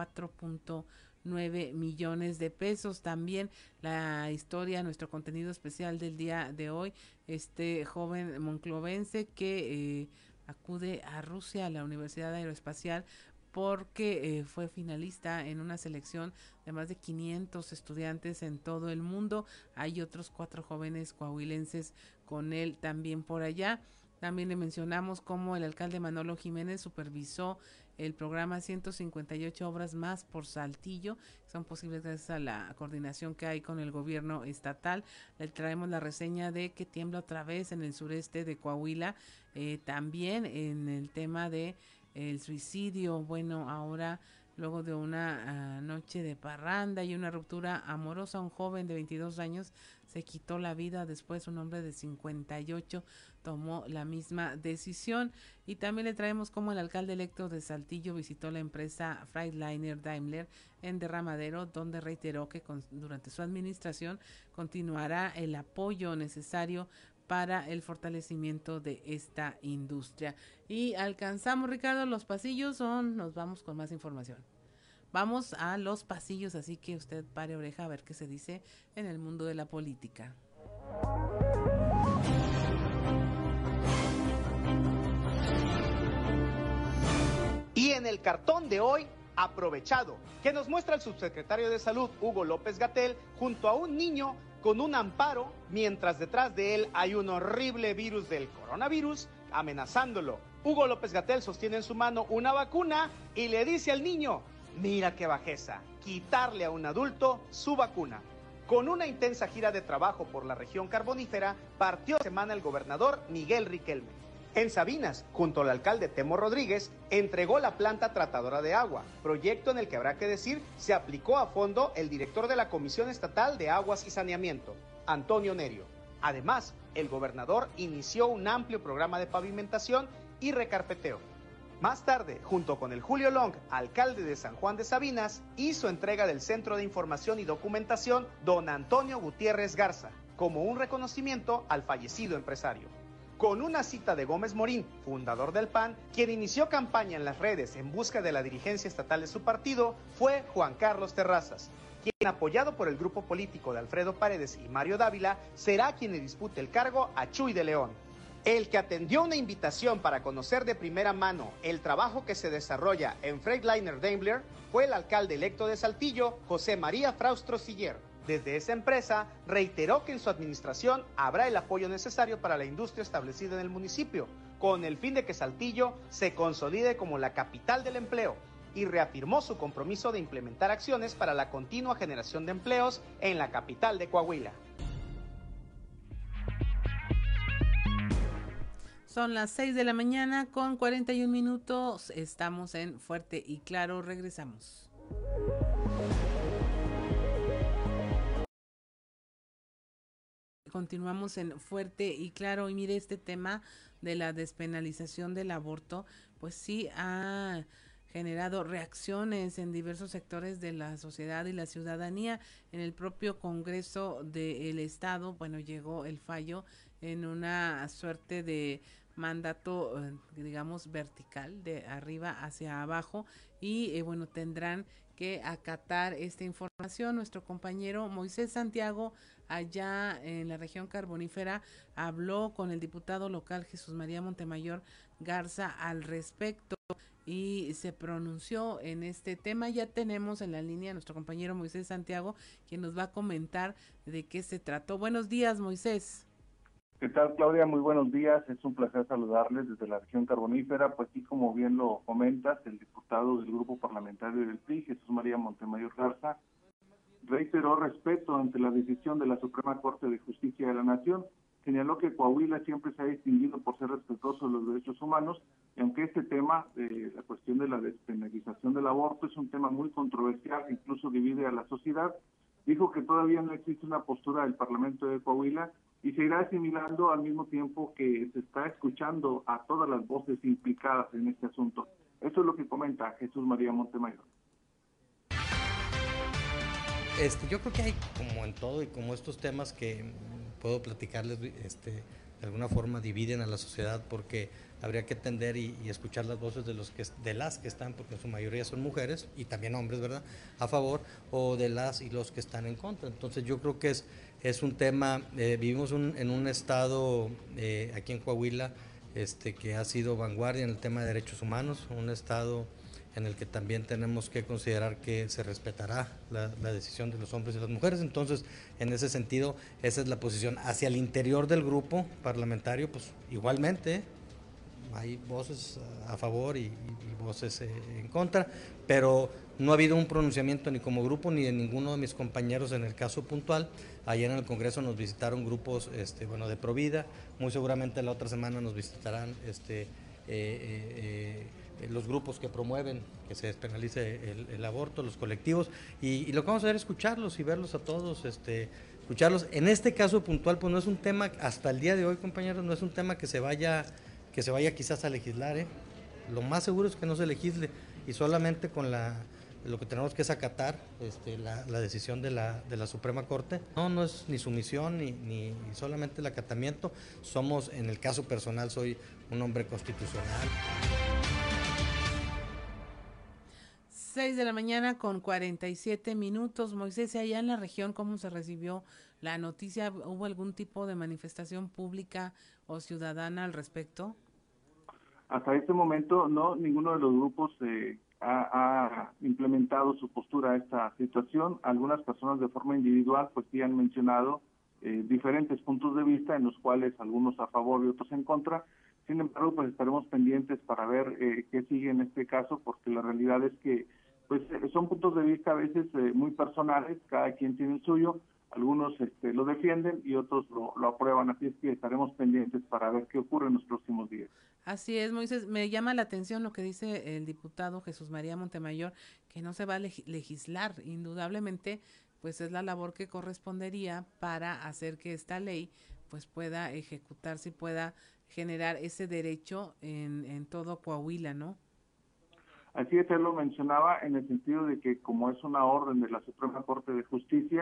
24.9 millones de pesos. También la historia, nuestro contenido especial del día de hoy, este joven monclovense que acude a Rusia, a la Universidad Aeroespacial, porque fue finalista en una selección de más de 500 estudiantes en todo el mundo. Hay otros 4 jóvenes coahuilenses con él también por allá. También le mencionamos cómo el alcalde Manolo Jiménez supervisó el programa 158 obras más por Saltillo, son posibles gracias a la coordinación que hay con el gobierno estatal. Le traemos la reseña de que tiembla otra vez en el sureste de Coahuila, también en el tema de el suicidio. Bueno, ahora luego de una noche de parranda y una ruptura amorosa, un joven de 22 años se quitó la vida. Después un hombre de 58 tomó la misma decisión. Y también le traemos cómo el alcalde electo de Saltillo visitó la empresa Freightliner Daimler en Derramadero, donde reiteró que durante su administración continuará el apoyo necesario para el fortalecimiento de esta industria. Y alcanzamos, Ricardo, los pasillos, nos vamos con más información. Vamos a los pasillos, así que usted pare oreja a ver qué se dice en el mundo de la política. Y en el cartón de hoy, aprovechado, que nos muestra el subsecretario de Salud, Hugo López-Gatell, junto a un niño con un amparo, mientras detrás de él hay un horrible virus del coronavirus amenazándolo. Hugo López-Gatell sostiene en su mano una vacuna y le dice al niño: mira qué bajeza, quitarle a un adulto su vacuna. Con una intensa gira de trabajo por la región carbonífera, partió esta semana el gobernador Miguel Riquelme. En Sabinas, junto al alcalde Temo Rodríguez, entregó la planta tratadora de agua, proyecto en el que, habrá que decir, se aplicó a fondo el director de la Comisión Estatal de Aguas y Saneamiento, Antonio Nerio. Además, el gobernador inició un amplio programa de pavimentación y recarpeteo. Más tarde, junto con el Julio Long, alcalde de San Juan de Sabinas, hizo entrega del Centro de Información y Documentación don Antonio Gutiérrez Garza, como un reconocimiento al fallecido empresario. Con una cita de Gómez Morín, fundador del PAN, quien inició campaña en las redes en busca de la dirigencia estatal de su partido, fue Juan Carlos Terrazas, quien, apoyado por el grupo político de Alfredo Paredes y Mario Dávila, será quien le dispute el cargo a Chuy de León. El que atendió una invitación para conocer de primera mano el trabajo que se desarrolla en Freightliner Daimler fue el alcalde electo de Saltillo, José María Fraustro Siller. Desde esa empresa reiteró que en su administración habrá el apoyo necesario para la industria establecida en el municipio, con el fin de que Saltillo se consolide como la capital del empleo, y reafirmó su compromiso de implementar acciones para la continua generación de empleos en la capital de Coahuila. Son las 6 de la mañana con 41 minutos. Estamos en Fuerte y Claro. Regresamos. Continuamos en Fuerte y Claro. Y mire, este tema de la despenalización del aborto, pues sí ha generado reacciones en diversos sectores de la sociedad y la ciudadanía. En el propio Congreso del Estado, bueno, llegó el fallo en una suerte de mandato, digamos, vertical, de arriba hacia abajo, y bueno, tendrán que acatar esta información. Nuestro compañero Moisés Santiago, allá en la región carbonífera, habló con el diputado local Jesús María Montemayor Garza al respecto y se pronunció en este tema. Ya tenemos en la línea a nuestro compañero Moisés Santiago, quien nos va a comentar de qué se trató. Buenos días, Moisés. ¿Qué tal, Claudia? Muy buenos días. Es un placer saludarles desde la región carbonífera. Pues sí, como bien lo comentas, el diputado del grupo parlamentario del PRI, Jesús María Montemayor Garza, reiteró respeto ante la decisión de la Suprema Corte de Justicia de la Nación. Señaló que Coahuila siempre se ha distinguido por ser respetuoso de los derechos humanos, y aunque este tema, la cuestión de la despenalización del aborto, es un tema muy controversial, incluso divide a la sociedad, dijo que todavía no existe una postura del Parlamento de Coahuila y se irá asimilando al mismo tiempo que se está escuchando a todas las voces implicadas en este asunto. Eso es lo que comenta Jesús María Montemayor. Yo creo que hay, como en todo y como estos temas que puedo platicarles, de alguna forma dividen a la sociedad, porque habría que atender y escuchar las voces de las que están, porque en su mayoría son mujeres y también hombres, ¿verdad?, a favor, o de las y los que están en contra. Entonces yo creo que es un tema, vivimos en un estado aquí en Coahuila que ha sido vanguardia en el tema de derechos humanos, un estado en el que también tenemos que considerar que se respetará la decisión de los hombres y las mujeres. Entonces, en ese sentido, esa es la posición. Hacia el interior del grupo parlamentario, pues igualmente hay voces a favor y voces en contra, pero no ha habido un pronunciamiento ni como grupo ni de ninguno de mis compañeros en el caso puntual. Ayer en el Congreso nos visitaron grupos de Provida, muy seguramente la otra semana nos visitarán los grupos que promueven que se despenalice el aborto, los colectivos, y lo que vamos a hacer es escucharlos y verlos a todos, escucharlos. En este caso puntual, pues no es un tema, hasta el día de hoy, compañeros, no es un tema que se vaya quizás a legislar, Lo más seguro es que no se legisle, y solamente con lo que tenemos que es acatar la decisión de la Suprema Corte. No es ni sumisión ni solamente el acatamiento. Somos, en el caso personal, soy un hombre constitucional. 6 de la mañana con 47 minutos. Moisés, allá en la región, ¿cómo se recibió la noticia? ¿Hubo algún tipo de manifestación pública o ciudadana al respecto? Hasta este momento, no, ninguno de los grupos ha implementado su postura a esta situación. Algunas personas de forma individual pues sí han mencionado diferentes puntos de vista, en los cuales algunos a favor y otros en contra. Sin embargo, pues estaremos pendientes para ver qué sigue en este caso, porque la realidad es que pues son puntos de vista a veces muy personales, cada quien tiene el suyo, algunos lo defienden y otros lo aprueban, así es que estaremos pendientes para ver qué ocurre en los próximos días. Así es, Moisés, me llama la atención lo que dice el diputado Jesús María Montemayor, que no se va a legislar. Indudablemente, pues es la labor que correspondería para hacer que esta ley pues pueda ejecutarse y pueda generar ese derecho en todo Coahuila, ¿no? Así es, él lo mencionaba en el sentido de que como es una orden de la Suprema Corte de Justicia,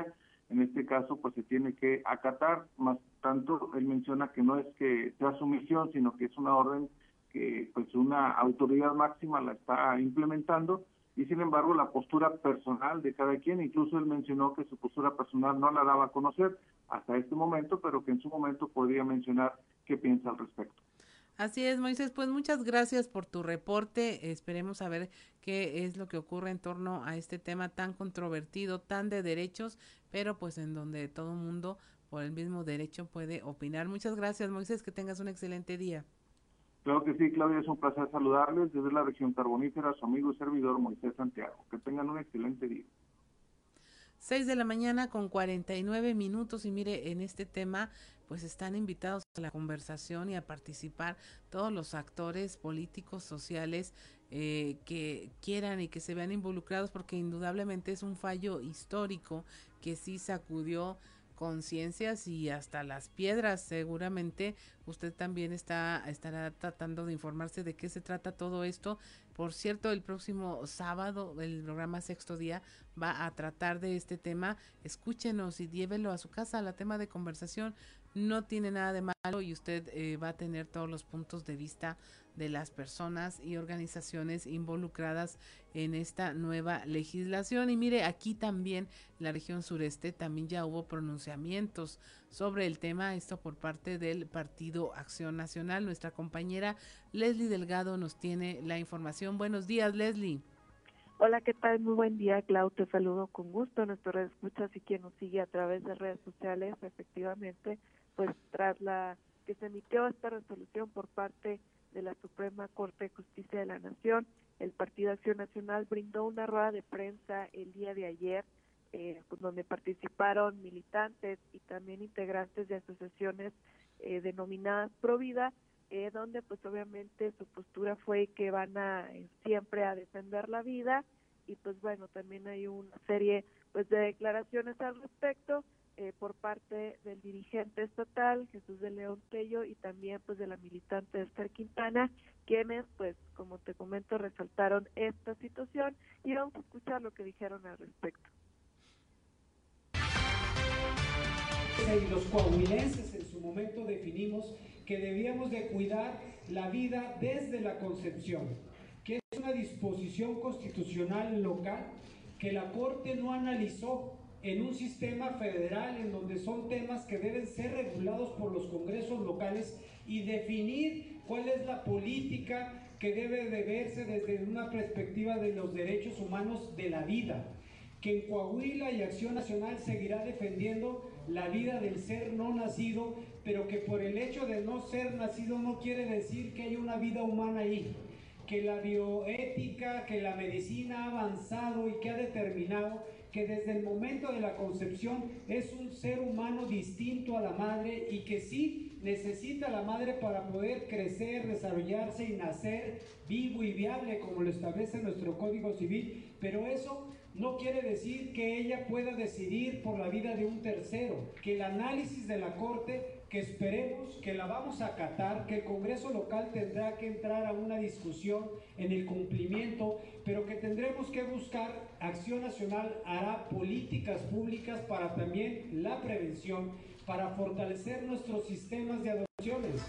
en este caso pues se tiene que acatar. Más tanto, él menciona que no es que sea sumisión, sino que es una orden que pues una autoridad máxima la está implementando, y sin embargo la postura personal de cada quien, incluso él mencionó que su postura personal no la daba a conocer hasta este momento, pero que en su momento podría mencionar qué piensa al respecto. Así es, Moisés, pues muchas gracias por tu reporte. Esperemos saber qué es lo que ocurre en torno a este tema tan controvertido, tan de derechos, pero pues en donde todo mundo por el mismo derecho puede opinar. Muchas gracias, Moisés, que tengas un excelente día. Claro que sí, Claudia, es un placer saludarles desde la región carbonífera, su amigo y servidor Moisés Santiago. Que tengan un excelente día. 6 de la mañana con 49 minutos y mire, en este tema pues están invitados a la conversación y a participar todos los actores políticos, sociales que quieran y que se vean involucrados, porque indudablemente es un fallo histórico que sí sacudió conciencias y hasta las piedras. Seguramente usted también estará tratando de informarse de qué se trata todo esto. Por cierto, el próximo sábado el programa Sexto Día va a tratar de este tema. Escúchenos y llévelo a su casa. La tema de conversación no tiene nada de malo y usted va a tener todos los puntos de vista de las personas y organizaciones involucradas en esta nueva legislación. Y mire, aquí también en la región sureste también ya hubo pronunciamientos sobre el tema, esto por parte del Partido Acción Nacional. Nuestra compañera Leslie Delgado nos tiene la información. Buenos días, Leslie. Hola, ¿qué tal? Muy buen día, Clau. Te saludo con gusto. Nuestro escuchas y quien nos sigue a través de redes sociales, efectivamente, pues tras la que se emitió esta resolución por parte de la Suprema Corte de Justicia de la Nación, el Partido Acción Nacional brindó una rueda de prensa el día de ayer, donde participaron militantes y también integrantes de asociaciones denominadas Provida, donde pues obviamente su postura fue que van a siempre a defender la vida, y pues bueno, también hay una serie pues de declaraciones al respecto por parte del dirigente estatal Jesús de León Tello y también pues de la militante Esther Quintana, quienes pues como te comento resaltaron esta situación, y vamos a escuchar lo que dijeron al respecto. Y los coahuilenses en su momento definimos que debíamos de cuidar la vida desde la concepción, que es una disposición constitucional local que la Corte no analizó en un sistema federal en donde son temas que deben ser regulados por los congresos locales y definir cuál es la política que debe de verse desde una perspectiva de los derechos humanos de la vida, que en Coahuila y Acción Nacional seguirá defendiendo la vida del ser no nacido, pero que por el hecho de no ser nacido no quiere decir que haya una vida humana ahí, que la bioética, que la medicina ha avanzado y que ha determinado que desde el momento de la concepción es un ser humano distinto a la madre y que sí necesita a la madre para poder crecer, desarrollarse y nacer vivo y viable como lo establece nuestro Código Civil, pero eso no quiere decir que ella pueda decidir por la vida de un tercero, que el análisis de la Corte, que esperemos que la vamos a acatar, que el Congreso local tendrá que entrar a una discusión en el cumplimiento, pero que tendremos que buscar, Acción Nacional hará políticas públicas para también la prevención, para fortalecer nuestros sistemas de adopciones.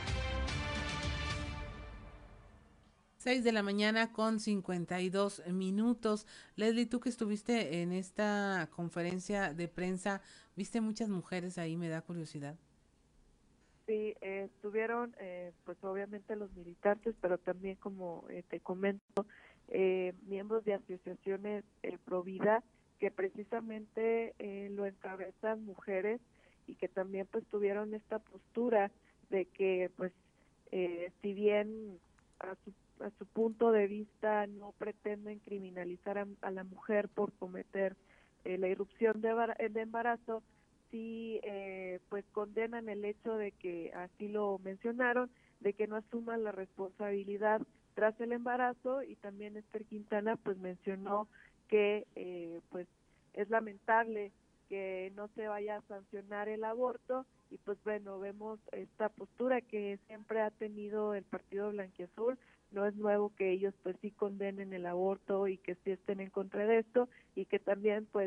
6 de la mañana con 52 minutos. Leslie, tú que estuviste en esta conferencia de prensa, ¿viste muchas mujeres ahí? Me da curiosidad. Sí, estuvieron pues obviamente los militantes, pero también como te comento, miembros de asociaciones Provida, que precisamente lo encabezan mujeres y que también pues tuvieron esta postura de que pues si bien a su punto de vista no pretenden criminalizar a la mujer por cometer la irrupción de embarazo, sí pues condenan el hecho de que, así lo mencionaron, de que no asuman la responsabilidad tras el embarazo. Y también Esther Quintana pues mencionó que pues es lamentable que no se vaya a sancionar el aborto, y pues bueno, vemos esta postura que siempre ha tenido el Partido Blanquiazul. No es nuevo que ellos pues sí condenen el aborto y que sí estén en contra de esto, y que también pues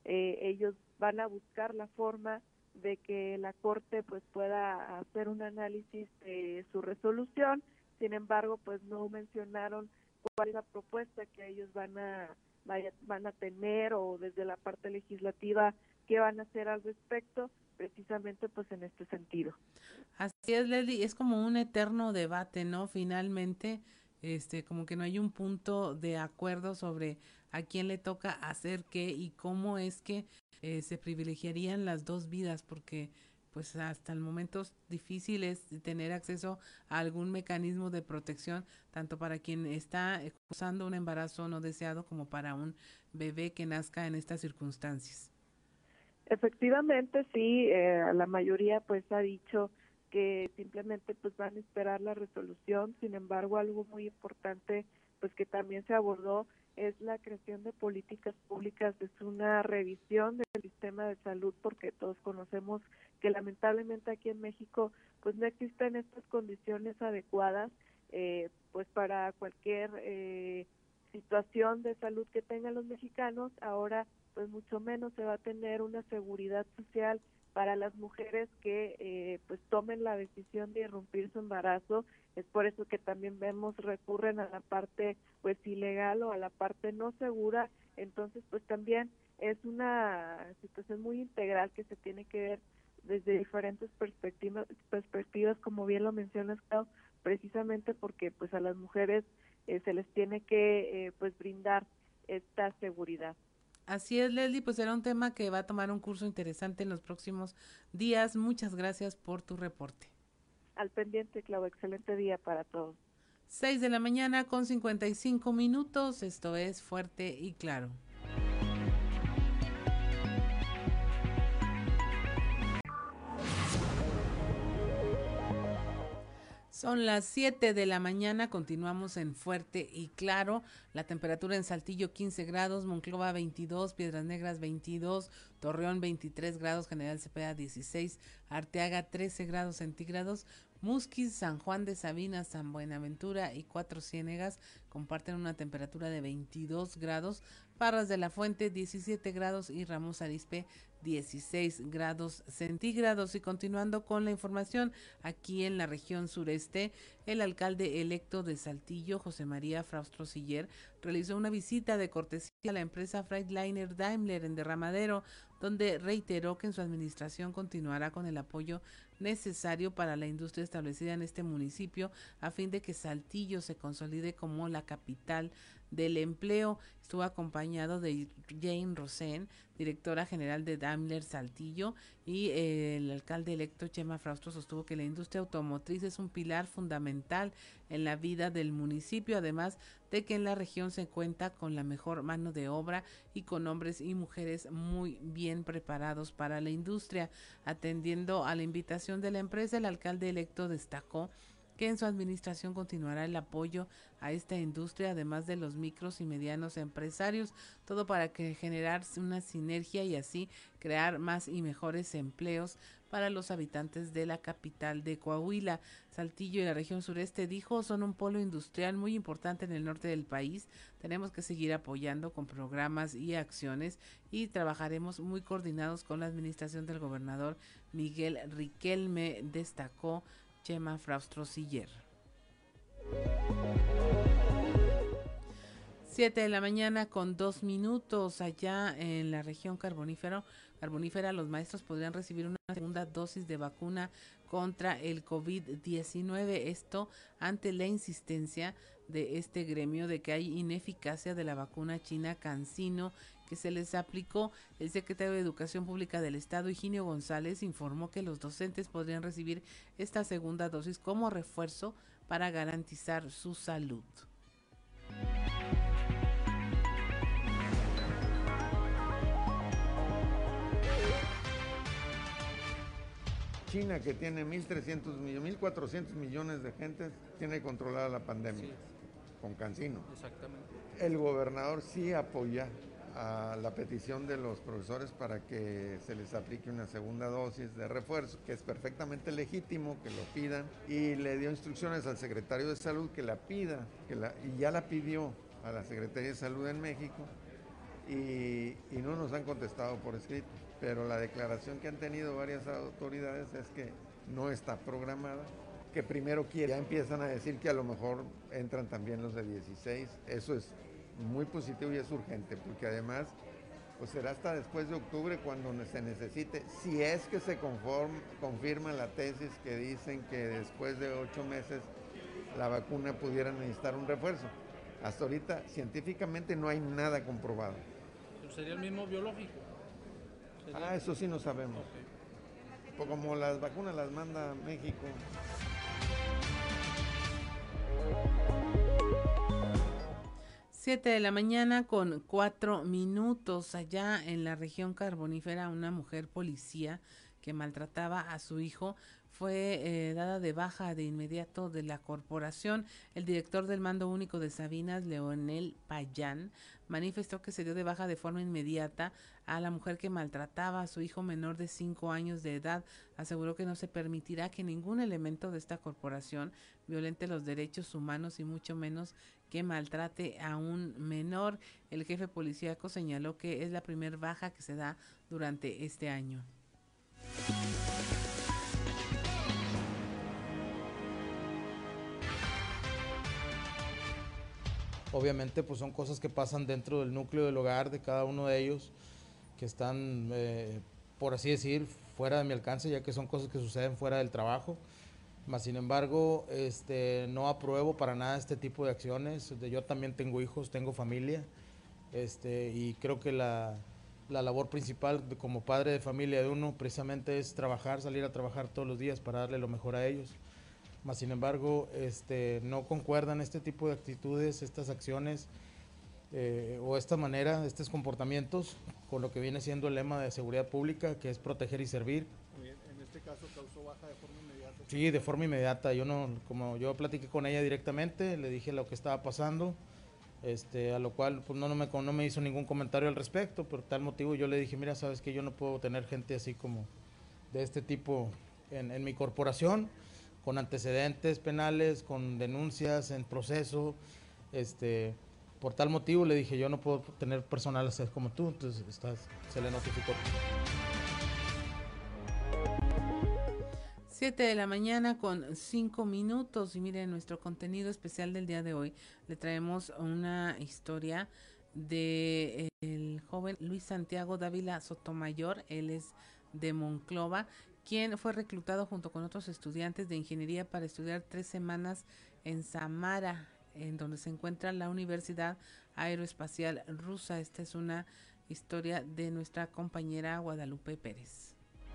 ellos van a buscar la forma de que la Corte pues pueda hacer un análisis de su resolución. Sin embargo, pues no mencionaron cuál es la propuesta que ellos van a tener, o desde la parte legislativa qué van a hacer al respecto, precisamente pues en este sentido. Así es, Leslie, es como un eterno debate, ¿no? Finalmente, como que no hay un punto de acuerdo sobre a quién le toca hacer qué y cómo es que se privilegiarían las dos vidas, porque pues hasta el momento es difícil tener acceso a algún mecanismo de protección, tanto para quien está causando un embarazo no deseado como para un bebé que nazca en estas circunstancias. Efectivamente, sí, la mayoría pues ha dicho que simplemente pues van a esperar la resolución. Sin embargo, algo muy importante pues que también se abordó es la creación de políticas públicas, es una revisión del sistema de salud, porque todos conocemos que lamentablemente aquí en México pues no existen estas condiciones adecuadas pues para cualquier situación de salud que tengan los mexicanos. Ahora pues mucho menos se va a tener una seguridad social para las mujeres que pues tomen la decisión de irrumpir su embarazo. Es por eso que también recurren a la parte pues ilegal o a la parte no segura. Entonces pues también es una situación muy integral que se tiene que ver desde diferentes perspectivas, como bien lo mencionas, Clau, precisamente porque pues a las mujeres se les tiene que pues brindar esta seguridad. Así es, Leslie, pues será un tema que va a tomar un curso interesante en los próximos días. Muchas gracias por tu reporte. Al pendiente, Clau, excelente día para todos. 6:55 a.m, esto es Fuerte y Claro. Son las 7 de la mañana, continuamos en Fuerte y Claro. La temperatura en Saltillo 15 grados, Monclova 22, Piedras Negras 22, Torreón 23 grados, General Cepeda 16, Arteaga 13 grados centígrados, Musquis, San Juan de Sabinas, San Buenaventura y Cuatro Ciénegas comparten una temperatura de 22 grados, Parras de la Fuente 17 grados y Ramos Arizpe 16 grados centígrados. Y continuando con la información, aquí en la región sureste, el alcalde electo de Saltillo, José María Fraustro Siller, realizó una visita de cortesía a la empresa Freightliner Daimler en Derramadero, donde reiteró que en su administración continuará con el apoyo necesario para la industria establecida en este municipio a fin de que Saltillo se consolide como la capital del empleo. Estuvo acompañado de Jane Rosen, directora general de Daimler Saltillo, y el alcalde electo Chema Fraustro sostuvo que la industria automotriz es un pilar fundamental en la vida del municipio, además de que en la región se cuenta con la mejor mano de obra y con hombres y mujeres muy bien preparados para la industria. Atendiendo a la invitación de la empresa, el alcalde electo destacó que en su administración continuará el apoyo a esta industria, además de los micros y medianos empresarios, todo para que generar una sinergia y así crear más y mejores empleos para los habitantes de la capital de Coahuila. Saltillo y la región sureste, dijo, son un polo industrial muy importante en el norte del país. Tenemos que seguir apoyando con programas y acciones y trabajaremos muy coordinados con la administración del gobernador Miguel Riquelme, destacó Chema Fraustro Siller. 7 de la mañana con 2 minutos. Allá en la región carbonífera, los maestros podrían recibir una segunda dosis de vacuna contra el COVID-19. Esto ante la insistencia de este gremio de que hay ineficacia de la vacuna china CanSino que se les aplicó. El secretario de Educación Pública del Estado, Higinio González, informó que los docentes podrían recibir esta segunda dosis como refuerzo para garantizar su salud. China, que tiene 1.400 millones de gentes, tiene controlada la pandemia con CanSino. Exactamente. El gobernador sí apoya a la petición de los profesores para que se les aplique una segunda dosis de refuerzo, que es perfectamente legítimo que lo pidan, y le dio instrucciones al secretario de Salud que la pida, y ya la pidió a la Secretaría de Salud en México, y no nos han contestado por escrito, pero la declaración que han tenido varias autoridades es que no está programada, que primero quieren, ya empiezan a decir que a lo mejor entran también los de 16, eso es muy positivo y es urgente, porque además pues será hasta después de octubre cuando se necesite, si es que se confirma la tesis que dicen que después de 8 meses la vacuna pudiera necesitar un refuerzo. Hasta ahorita científicamente no hay nada comprobado. ¿Sería el mismo biológico? Eso sí no sabemos. Okay. Como las vacunas las manda México. 7 de la mañana con 4 minutos. Allá en la región carbonífera, una mujer policía que maltrataba a su hijo fue dada de baja de inmediato de la corporación. El director del Mando Único de Sabinas, Leonel Payán, manifestó que se dio de baja de forma inmediata a la mujer que maltrataba a su hijo menor de 5 años de edad. Aseguró que no se permitirá que ningún elemento de esta corporación violente los derechos humanos y mucho menos que maltrate a un menor. El jefe policíaco señaló que es la primer baja que se da durante este año. Obviamente pues son cosas que pasan dentro del núcleo del hogar de cada uno de ellos, que están, por así decir, fuera de mi alcance, ya que son cosas que suceden fuera del trabajo. Mas sin embargo, no apruebo para nada este tipo de acciones. Yo también tengo hijos, tengo familia, y creo que la labor principal como padre de familia de uno precisamente es trabajar, salir a trabajar todos los días para darle lo mejor a ellos. Mas sin embargo, no concuerdan este tipo de actitudes, estas acciones o esta manera, estos comportamientos con lo que viene siendo el lema de seguridad pública, que es proteger y servir. En este caso causó baja de forma inmediata. Sí, de forma inmediata. Como yo platiqué con ella directamente, le dije lo que estaba pasando, a lo cual pues no me hizo ningún comentario al respecto. Por tal motivo yo le dije, mira, sabes que yo no puedo tener gente así como de este tipo en mi corporación, con antecedentes penales, con denuncias en proceso. Por tal motivo le dije, yo no puedo tener personal así como tú. Entonces se le notificó. 7 de la mañana con 5 minutos y miren, nuestro contenido especial del día de hoy le traemos una historia de el joven Luis Santiago Dávila Sotomayor. Él es de Monclova, quien fue reclutado junto con otros estudiantes de ingeniería para estudiar 3 semanas en Samara, en donde se encuentra la Universidad Aeroespacial Rusa. Esta es una historia de nuestra compañera Guadalupe Pérez.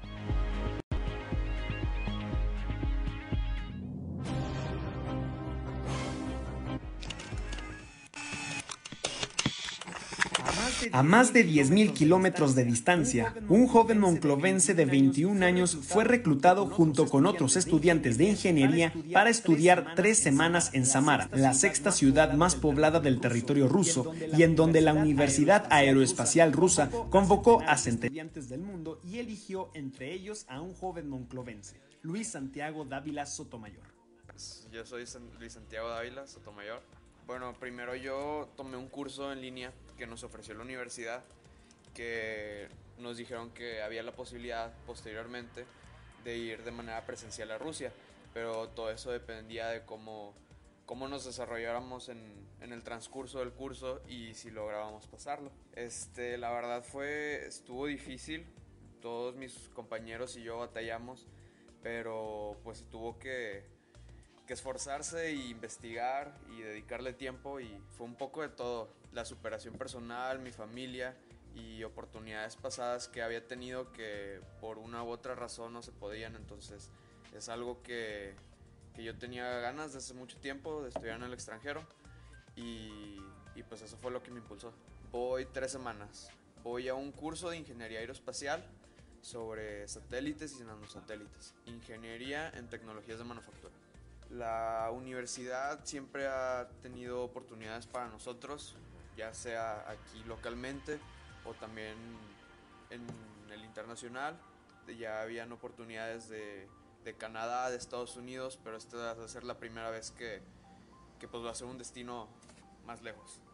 A más de 10.000 kilómetros de distancia, un joven monclovense de 21 años fue reclutado junto con otros estudiantes de ingeniería para estudiar 3 semanas en Samara, la 6ª ciudad más poblada del territorio ruso y en donde la Universidad Aeroespacial Rusa convocó a estudiantes del mundo y eligió entre ellos a un joven monclovense, Luis Santiago Dávila Sotomayor. Yo soy Luis Santiago Dávila Sotomayor. Bueno, primero yo tomé un curso en línea que nos ofreció la universidad, que nos dijeron que había la posibilidad posteriormente de ir de manera presencial a Rusia, pero todo eso dependía de cómo nos desarrolláramos en el transcurso del curso y si lográbamos pasarlo. La verdad estuvo difícil, todos mis compañeros y yo batallamos, pero pues tuvo que esforzarse e investigar y dedicarle tiempo, y fue un poco de todo, la superación personal, mi familia y oportunidades pasadas que había tenido que por una u otra razón no se podían. Entonces es algo que yo tenía ganas desde hace mucho tiempo de estudiar en el extranjero y pues eso fue lo que me impulsó. Voy 3 semanas, voy a un curso de ingeniería aeroespacial sobre satélites y nanosatélites, ingeniería en tecnologías de manufactura. La universidad siempre ha tenido oportunidades para nosotros, ya sea aquí localmente o también en el internacional. Ya habían oportunidades de Canadá, de Estados Unidos, pero esta va a ser la primera vez que pues va a ser un destino más lejos.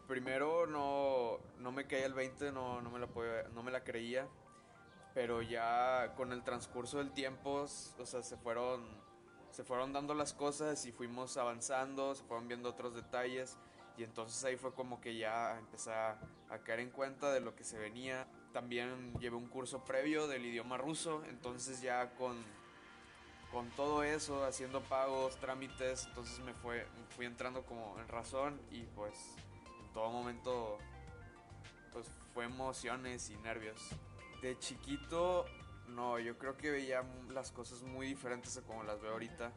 primero no me caía el 20, no me la creía, pero ya con el transcurso del tiempo, o sea, se fueron dando las cosas y fuimos avanzando, se fueron viendo otros detalles, y entonces ahí fue como que ya empecé a caer en cuenta de lo que se venía. También llevé un curso previo del idioma ruso, entonces ya con todo eso, haciendo pagos, trámites, entonces me fui entrando como en razón, y pues en todo momento pues fue emociones y nervios. De chiquito, no, yo creo que veía las cosas muy diferentes a como las veo ahorita.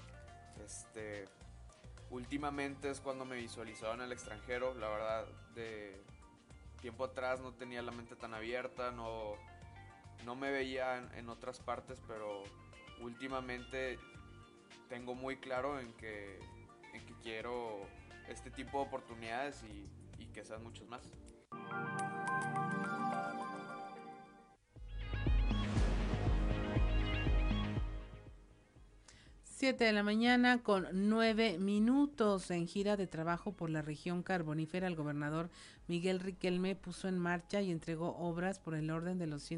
Últimamente es cuando me visualizaba en el extranjero, la verdad, de tiempo atrás no tenía la mente tan abierta, no me veía en otras partes, pero últimamente tengo muy claro en que quiero este tipo de oportunidades y que sean muchos más. 7 de la mañana con 9 minutos. En gira de trabajo por la región carbonífera, el gobernador Miguel Riquelme puso en marcha y entregó obras por el orden de los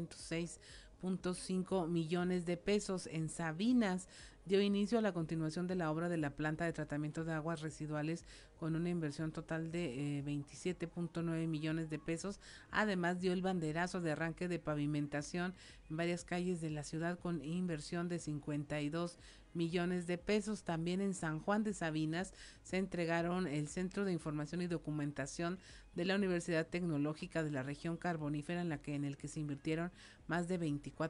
106.5 millones de pesos. En Sabinas dio inicio a la continuación de la obra de la planta de tratamiento de aguas residuales con una inversión total de 27.9 millones de pesos. Además dio el banderazo de arranque de pavimentación en varias calles de la ciudad con inversión de 52 millones de pesos. También en San Juan de Sabinas se entregaron el Centro de Información y Documentación de la Universidad Tecnológica de la región carbonífera, en el que se invirtieron más de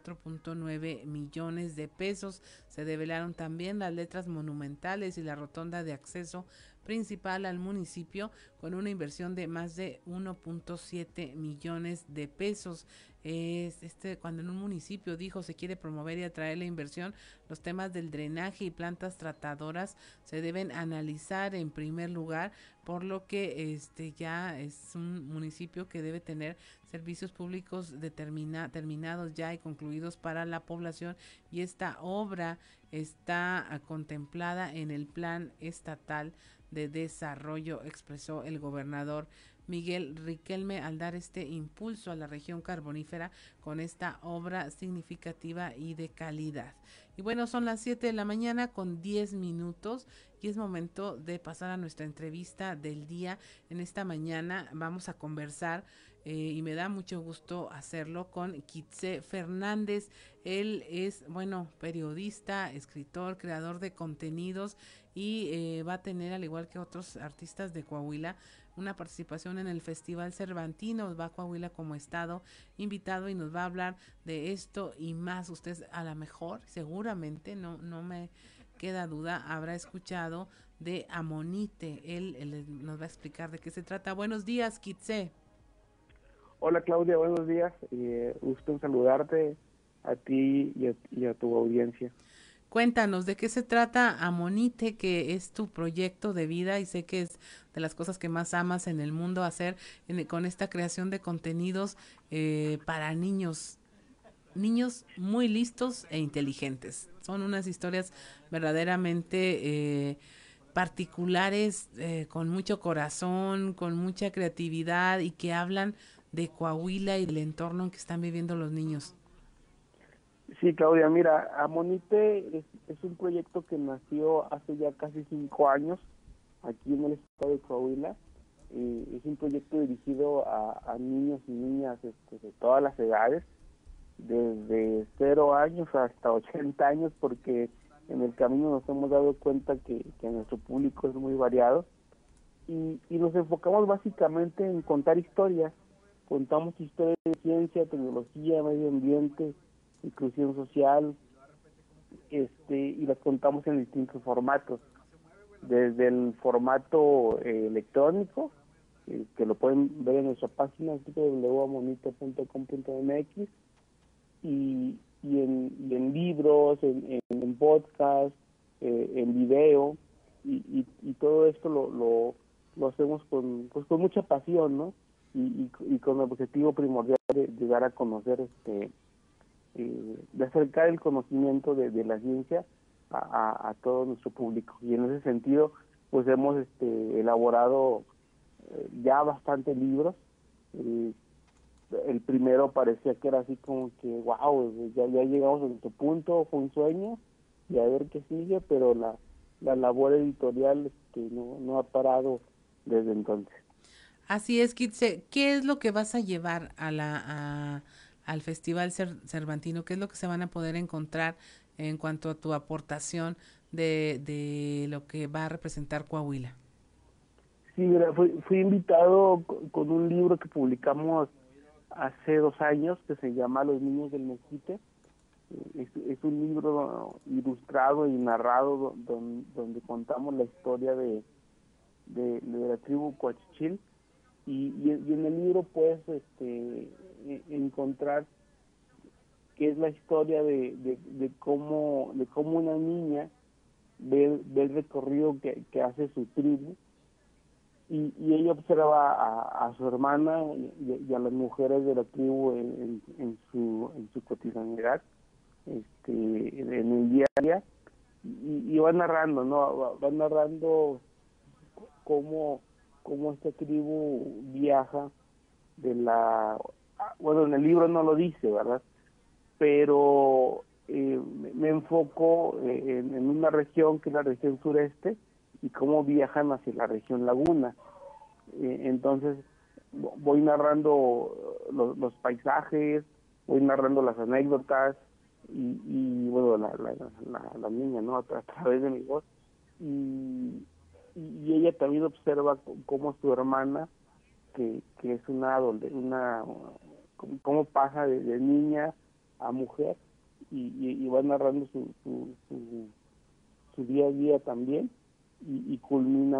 24.9 millones de pesos. Se develaron también las letras monumentales y la rotonda de acceso principal al municipio con una inversión de más de 1.7 millones de pesos. Cuando en un municipio se quiere promover y atraer la inversión, los temas del drenaje y plantas tratadoras se deben analizar en primer lugar, por lo que ya es un municipio que debe tener servicios públicos terminados ya y concluidos para la población, y esta obra está contemplada en el Plan Estatal de Desarrollo, expresó el gobernador Miguel Riquelme al dar este impulso a la región carbonífera con esta obra significativa y de calidad. Y bueno, son las 7 de la mañana con 10 minutos y es momento de pasar a nuestra entrevista del día. En esta mañana vamos a conversar y me da mucho gusto hacerlo con Quitze Fernández. Él es, periodista, escritor, creador de contenidos y va a tener, al igual que otros artistas de Coahuila, una participación en el Festival Cervantino. Va a Coahuila como estado invitado y nos va a hablar de esto y más. Usted a lo mejor, seguramente, no me queda duda, habrá escuchado de Amonite. Él nos va a explicar de qué se trata. Buenos días, Quitze. Hola Claudia, buenos días. Gusto en saludarte a ti y a tu audiencia. Cuéntanos, ¿de qué se trata Amonite, que es tu proyecto de vida y sé que es de las cosas que más amas en el mundo hacer con esta creación de contenidos para niños muy listos e inteligentes? Son unas historias verdaderamente particulares, con mucho corazón, con mucha creatividad y que hablan de Coahuila y del entorno en que están viviendo los niños. Sí, Claudia, mira, Amonite es un proyecto que nació hace ya casi 5 años aquí en el estado de Coahuila. Es un proyecto dirigido a niños y niñas de todas las edades, desde 0 años hasta 80 años, porque en el camino nos hemos dado cuenta que nuestro público es muy variado y nos enfocamos básicamente en contar historias. Contamos historias de ciencia, tecnología, medio ambiente, inclusión social, y las contamos en distintos formatos, desde el formato electrónico, que lo pueden ver en nuestra página www.amonite.com.mx, y en libros, en podcast, en video, y todo esto lo hacemos con mucha pasión, ¿no? Y con el objetivo primordial de dar a conocer de acercar el conocimiento de la ciencia a todo nuestro público. Y en ese sentido pues hemos elaborado ya bastantes libros. El primero parecía que era así como que, wow, ya llegamos a este punto, fue un sueño, y a ver qué sigue, pero la labor editorial no ha parado desde entonces. Así es, Kitse. ¿Qué es lo que vas a llevar al Festival Cervantino? ¿Qué es lo que se van a poder encontrar en cuanto a tu aportación de lo que va a representar Coahuila? Sí, mira, fui invitado con un libro que publicamos hace 2 años que se llama Los Niños del Mezquite. Es un libro ilustrado y narrado donde contamos la historia de la tribu Coachichil, y en el libro puedes encontrar qué es la historia de cómo una niña ve el recorrido que hace su tribu, y ella observa a su hermana y a las mujeres de la tribu en su cotidianidad, en el día a día, y va narrando, ¿no? Va narrando cómo esta tribu viaja bueno, en el libro no lo dice, ¿verdad? Pero me enfoco en una región que es la región sureste, y cómo viajan hacia la región laguna. Entonces voy narrando los paisajes, voy narrando las anécdotas, y bueno, la niña, ¿no? A través de mi voz, y ella también observa cómo su hermana, que es cómo pasa de niña a mujer, y va narrando su día a día también, y culmina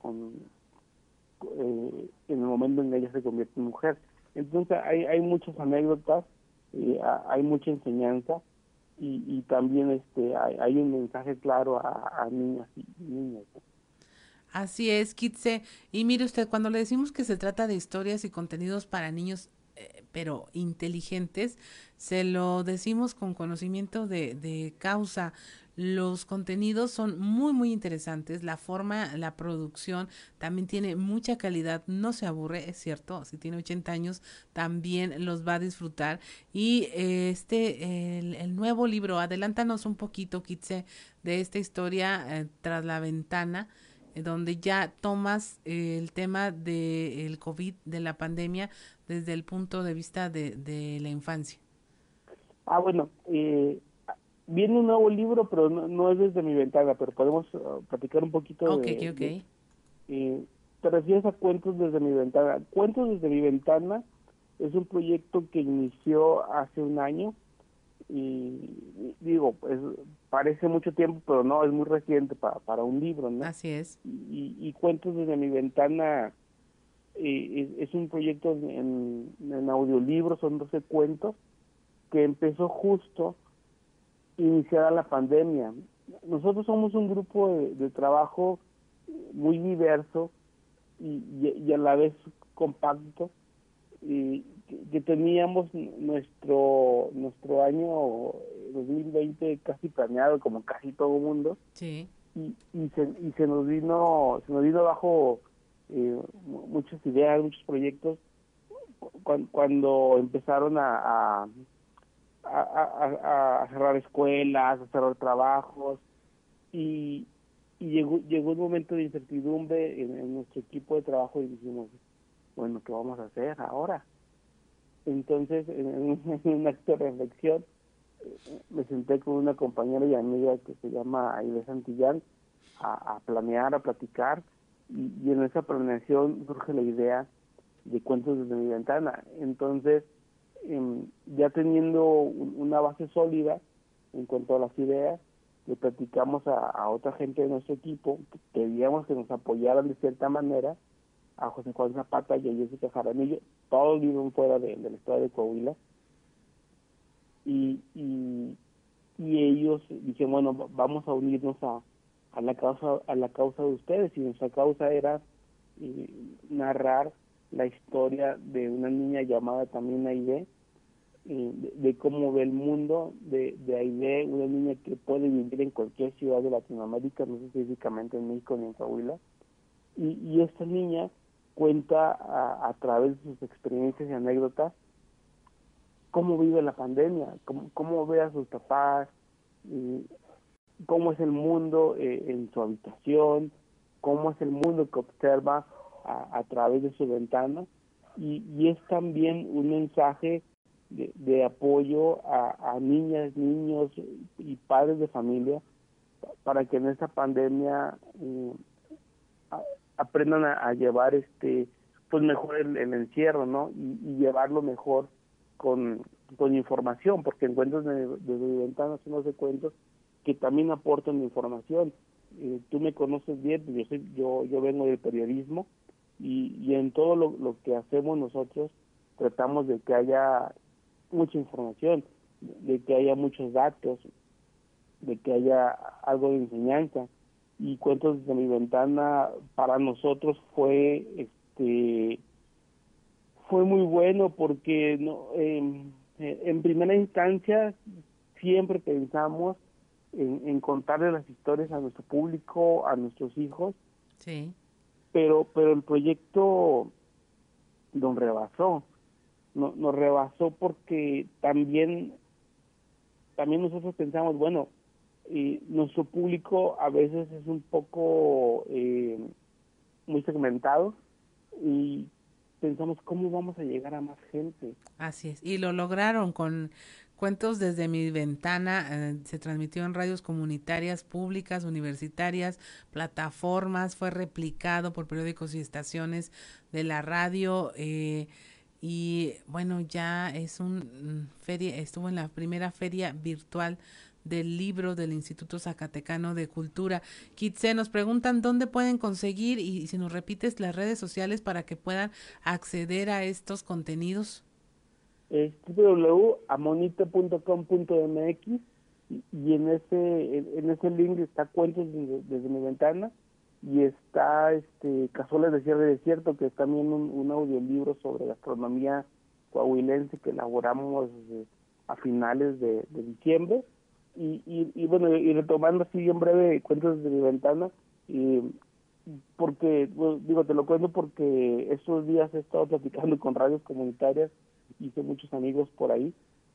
en el momento en que ella se convierte en mujer. Entonces hay muchas anécdotas, hay mucha enseñanza, y también hay un mensaje claro a niñas y niños, ¿no? Así es, Kitse. Y mire usted, cuando le decimos que se trata de historias y contenidos para niños, pero inteligentes, se lo decimos con conocimiento de causa. Los contenidos son muy, muy interesantes. La forma, la producción también tiene mucha calidad. No se aburre, es cierto. Si tiene 80 años, también los va a disfrutar. Y el nuevo libro, adelántanos un poquito, Kitse, de esta historia tras la ventana, donde ya tomas el tema del COVID, de la pandemia, desde el punto de vista de la infancia. Bueno, viene un nuevo libro, pero no es desde mi ventana, pero podemos platicar un poquito Ok. te refieres a Cuentos desde mi ventana. Cuentos desde mi ventana es un proyecto que inició hace 1 año, y digo, pues parece mucho tiempo, pero no, es muy reciente para un libro, ¿no? Así es. Y Cuentos desde mi ventana es un proyecto en audiolibro, son 12 cuentos, que empezó justo iniciada la pandemia. Nosotros somos un grupo de trabajo muy diverso y a la vez compacto, y que teníamos nuestro año 2020 casi planeado, como casi todo el mundo. Sí. Y se nos vino abajo muchas ideas, muchos proyectos cuando empezaron a cerrar escuelas, a cerrar trabajos, y llegó un momento de incertidumbre en nuestro equipo de trabajo, y dijimos, bueno, ¿qué vamos a hacer ahora? Entonces, en un acto de reflexión, me senté con una compañera y amiga que se llama Aide Santillán a planear, a platicar, y en esa planeación surge la idea de Cuentos desde mi ventana. Entonces, ya teniendo una base sólida en cuanto a las ideas, le platicamos a otra gente de nuestro equipo que queríamos que nos apoyaran de cierta manera, a José Juan Zapata y a Jessica Jaramillo. Todos viven fuera del estado de Coahuila, y ellos dijeron, bueno, vamos a unirnos a la causa de ustedes, y nuestra causa era narrar la historia de una niña llamada también Aide, de cómo ve el mundo de Aide, una niña que puede vivir en cualquier ciudad de Latinoamérica, no específicamente en México ni en Coahuila, y esta niña cuenta a través de sus experiencias y anécdotas cómo vive la pandemia, cómo ve a sus papás, cómo es el mundo en su habitación, cómo es el mundo que observa a través de su ventana, y es también un mensaje de apoyo a niñas, niños y padres de familia para que en esta pandemia aprendan a llevar pues mejor el encierro, ¿no? Y llevarlo mejor con información, porque encuentros desde mi ventana son los cuentos que también aportan información. Tú me conoces bien, yo vengo del periodismo, y en todo lo que hacemos nosotros tratamos de que haya mucha información, de que haya muchos datos, de que haya algo de enseñanza. Y Cuentos desde mi ventana para nosotros fue muy bueno, porque en primera instancia siempre pensamos en contarle las historias a nuestro público, a nuestros hijos. Sí. Pero el proyecto nos rebasó porque también nosotros pensamos, bueno, nuestro público a veces es un poco muy segmentado, y pensamos cómo vamos a llegar a más gente. Así es, y lo lograron con Cuentos desde mi ventana. Se transmitió en radios comunitarias, públicas, universitarias, plataformas, fue replicado por periódicos y estaciones de la radio, y bueno, ya es estuvo en la primera feria virtual del libro del Instituto Zacatecano de Cultura. Kitse, nos preguntan dónde pueden conseguir, y si nos repites las redes sociales para que puedan acceder a estos contenidos. Es www.amonite.com.mx, y en ese link está Cuentos desde mi ventana, y está Cazuelas de Sierra y Desierto, que es también un audiolibro sobre gastronomía coahuilense que elaboramos a finales de diciembre. Y bueno, y retomando así en breve Cuentos desde mi ventana, porque, bueno, te lo cuento porque estos días he estado platicando con radios comunitarias, hice muchos amigos por ahí.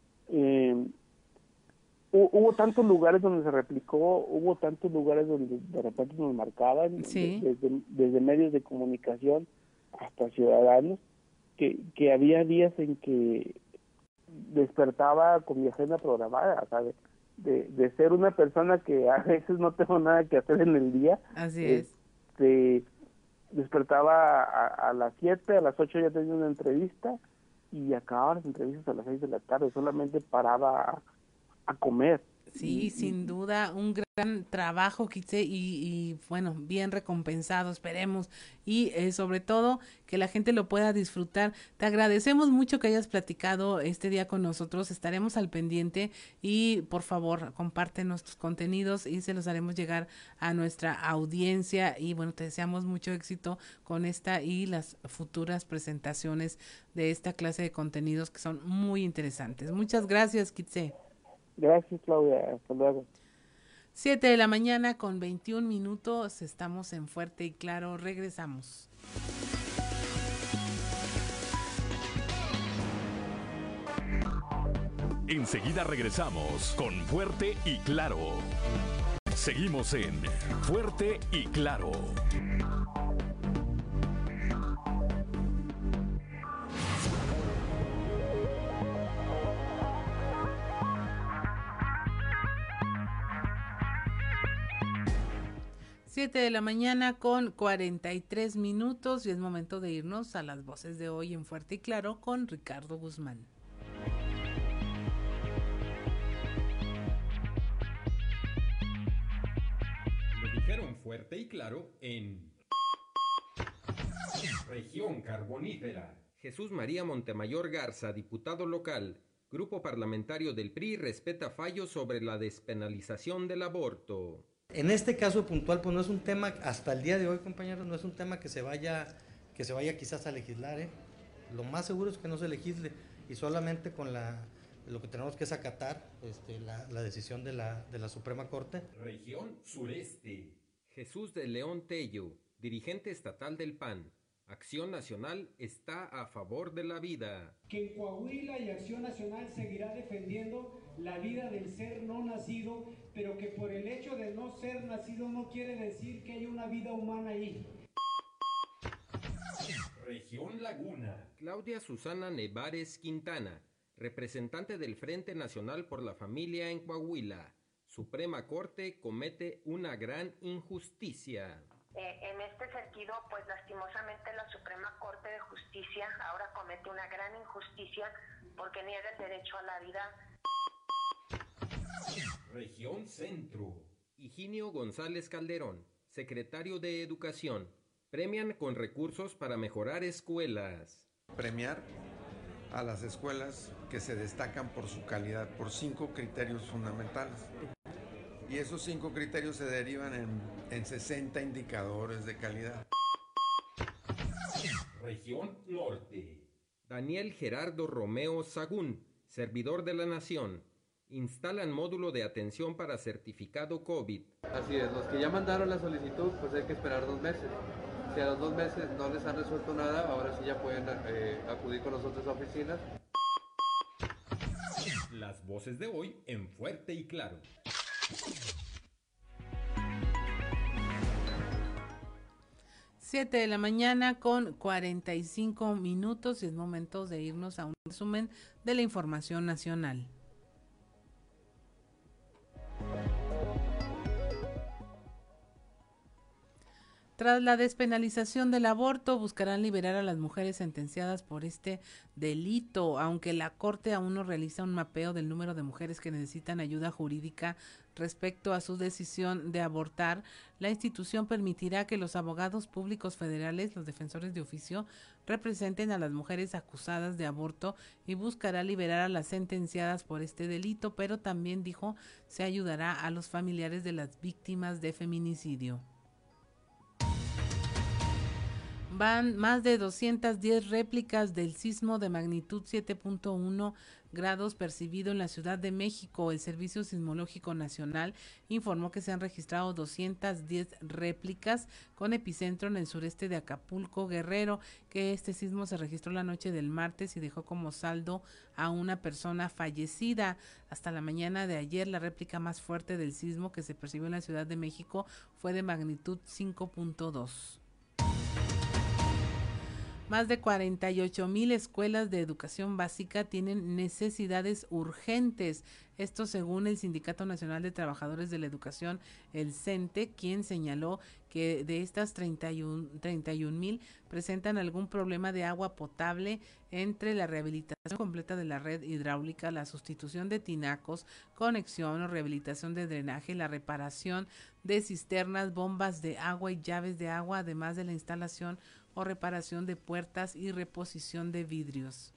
Hubo tantos lugares donde se replicó, hubo tantos lugares donde de repente nos marcaban, sí, desde medios de comunicación hasta ciudadanos, que había días en que despertaba con mi agenda programada, ¿sabes? De ser una persona que a veces no tengo nada que hacer en el día. Así es. Despertaba a las 7, a las 8 ya tenía una entrevista, y acababa las entrevistas a las 6 de la tarde, solamente paraba a comer. Sí, sin duda, un gran trabajo, Kitse, y bueno, bien recompensado, esperemos, y sobre todo que la gente lo pueda disfrutar. Te agradecemos mucho que hayas platicado este día con nosotros, estaremos al pendiente, y por favor, comparte nuestros contenidos y se los haremos llegar a nuestra audiencia, y bueno, te deseamos mucho éxito con esta y las futuras presentaciones de esta clase de contenidos que son muy interesantes. Muchas gracias, Kitse. Gracias, Claudia. Hasta luego. 7:21 a.m, estamos en Fuerte y Claro, regresamos. Enseguida regresamos con Fuerte y Claro. Seguimos en Fuerte y Claro. Siete de la mañana con 43 minutos, y es momento de irnos a las voces de hoy en Fuerte y Claro con Ricardo Guzmán. Lo dijeron fuerte y claro en Región Carbonífera. Jesús María Montemayor Garza, diputado local, Grupo Parlamentario del PRI, respeta fallos sobre la despenalización del aborto. En este caso puntual, pues no es un tema, hasta el día de hoy, compañeros, no es un tema que se vaya quizás a legislar, ¿eh? Lo más seguro es que no se legisle, y solamente con lo que tenemos que es acatar la decisión de la Suprema Corte. Región Sureste. Jesús de León Tello, dirigente estatal del PAN. Acción Nacional está a favor de la vida. Que en Coahuila y Acción Nacional seguirá defendiendo la vida del ser no nacido, pero que por el hecho de no ser nacido no quiere decir que haya una vida humana ahí. Región Laguna. Claudia Susana Nevares Quintana, representante del Frente Nacional por la Familia en Coahuila. Suprema Corte comete una gran injusticia. En este sentido, pues lastimosamente la Suprema Corte de Justicia ahora comete una gran injusticia porque niega el derecho a la vida. Región Centro. Higinio González Calderón, secretario de Educación. Premian con recursos para mejorar escuelas. Premiar a las escuelas que se destacan por su calidad, por 5 criterios fundamentales. Y esos 5 criterios se derivan en 60 indicadores de calidad. Región Norte. Daniel Gerardo Romeo Sagún, servidor de la Nación. Instalan módulo de atención para certificado COVID. Así es, los que ya mandaron la solicitud, pues hay que esperar 2 meses. Si a los 2 meses no les han resuelto nada, ahora sí ya pueden acudir con nosotros a oficinas. Las voces de hoy en Fuerte y Claro. 7 de la mañana con 45 minutos y es momento de irnos a un resumen de la información nacional. Tras la despenalización del aborto, buscarán liberar a las mujeres sentenciadas por este delito, aunque la Corte aún no realiza un mapeo del número de mujeres que necesitan ayuda jurídica respecto a su decisión de abortar. La institución permitirá que los abogados públicos federales, los defensores de oficio, representen a las mujeres acusadas de aborto y buscará liberar a las sentenciadas por este delito, pero también dijo se ayudará a los familiares de las víctimas de feminicidio. Van más de 210 réplicas del sismo de magnitud 7.1 grados percibido en la Ciudad de México. El Servicio Sismológico Nacional informó que se han registrado 210 réplicas con epicentro en el sureste de Acapulco, Guerrero, que este sismo se registró la noche del martes y dejó como saldo a una persona fallecida. Hasta la mañana de ayer, la réplica más fuerte del sismo que se percibió en la Ciudad de México fue de magnitud 5.2. Más de 48,000 escuelas de educación básica tienen necesidades urgentes. Esto según el Sindicato Nacional de Trabajadores de la Educación, el CENTE, quien señaló que de estas 31,000 presentan algún problema de agua potable, entre la rehabilitación completa de la red hidráulica, la sustitución de tinacos, conexión o rehabilitación de drenaje, la reparación de cisternas, bombas de agua y llaves de agua, además de la instalación o reparación de puertas y reposición de vidrios.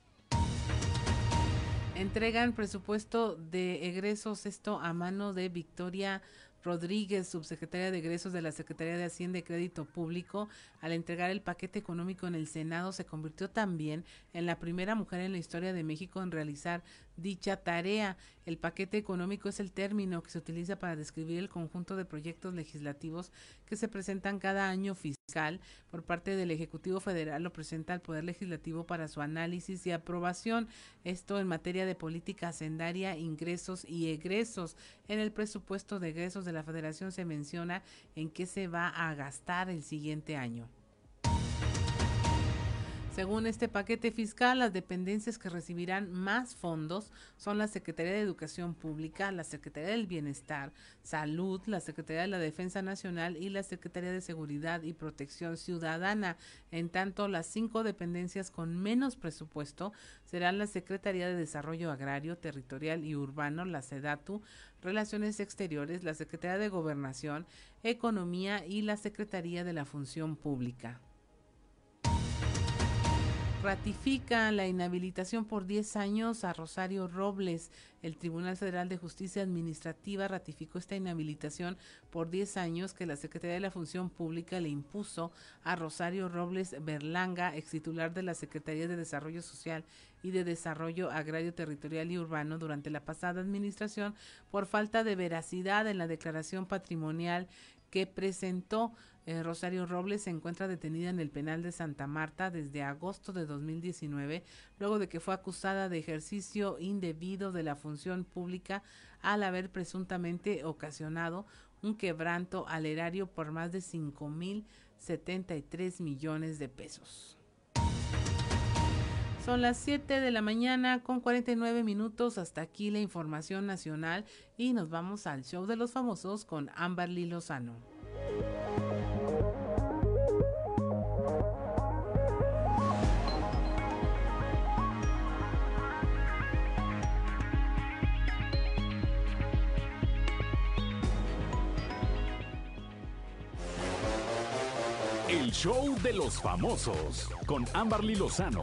Entregan presupuesto de egresos, esto a mano de Victoria Rodríguez, subsecretaria de egresos de la Secretaría de Hacienda y Crédito Público. Al entregar el paquete económico en el Senado, se convirtió también en la primera mujer en la historia de México en realizar dicha tarea. El paquete económico es el término que se utiliza para describir el conjunto de proyectos legislativos que se presentan cada año fiscal por parte del Ejecutivo Federal. Lo presenta al Poder Legislativo para su análisis y aprobación. Esto en materia de política hacendaria, ingresos y egresos. En el presupuesto de egresos de la Federación se menciona en qué se va a gastar el siguiente año. Según este paquete fiscal, las dependencias que recibirán más fondos son la Secretaría de Educación Pública, la Secretaría del Bienestar, Salud, la Secretaría de la Defensa Nacional y la Secretaría de Seguridad y Protección Ciudadana. En tanto, las 5 dependencias con menos presupuesto serán la Secretaría de Desarrollo Agrario, Territorial y Urbano, la SEDATU, Relaciones Exteriores, la Secretaría de Gobernación, Economía y la Secretaría de la Función Pública. Ratifica la inhabilitación por 10 años a Rosario Robles. El Tribunal Federal de Justicia Administrativa ratificó esta inhabilitación por 10 años que la Secretaría de la Función Pública le impuso a Rosario Robles Berlanga, extitular de la Secretaría de Desarrollo Social y de Desarrollo Agrario, Territorial y Urbano durante la pasada administración, por falta de veracidad en la declaración patrimonial que presentó. Rosario Robles se encuentra detenida en el penal de Santa Marta desde agosto de 2019, luego de que fue acusada de ejercicio indebido de la función pública al haber presuntamente ocasionado un quebranto al erario por más de 5,073 millones de pesos. Son las 7 de la mañana con 49 minutos. Hasta aquí la información nacional y nos vamos al show de los famosos con Amberly Lozano. El show de los famosos con Amberly Lozano.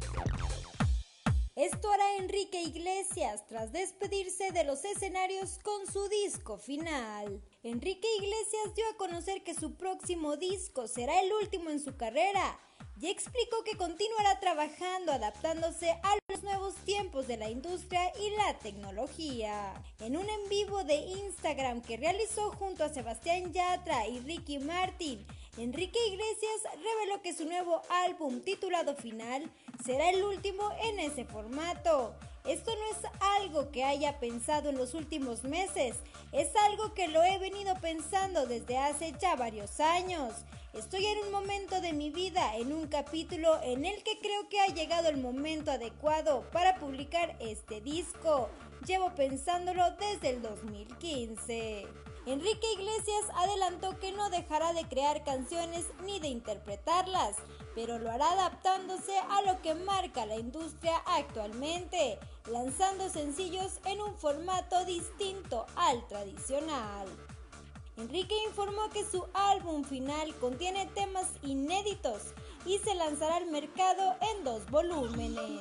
Esto hará Enrique Iglesias tras despedirse de los escenarios con su disco final. Enrique Iglesias dio a conocer que su próximo disco será el último en su carrera y explicó que continuará trabajando adaptándose a los nuevos tiempos de la industria y la tecnología. En un en vivo de Instagram que realizó junto a Sebastián Yatra y Ricky Martin, Enrique Iglesias reveló que su nuevo álbum titulado Final será el último en ese formato. Esto no es algo que haya pensado en los últimos meses, es algo que lo he venido pensando desde hace ya varios años. Estoy en un momento de mi vida, en un capítulo en el que creo que ha llegado el momento adecuado para publicar este disco. Llevo pensándolo desde el 2015. Enrique Iglesias adelantó que no dejará de crear canciones ni de interpretarlas, pero lo hará adaptándose a lo que marca la industria actualmente, lanzando sencillos en un formato distinto al tradicional. Enrique informó que su álbum final contiene temas inéditos y se lanzará al mercado en 2 volúmenes.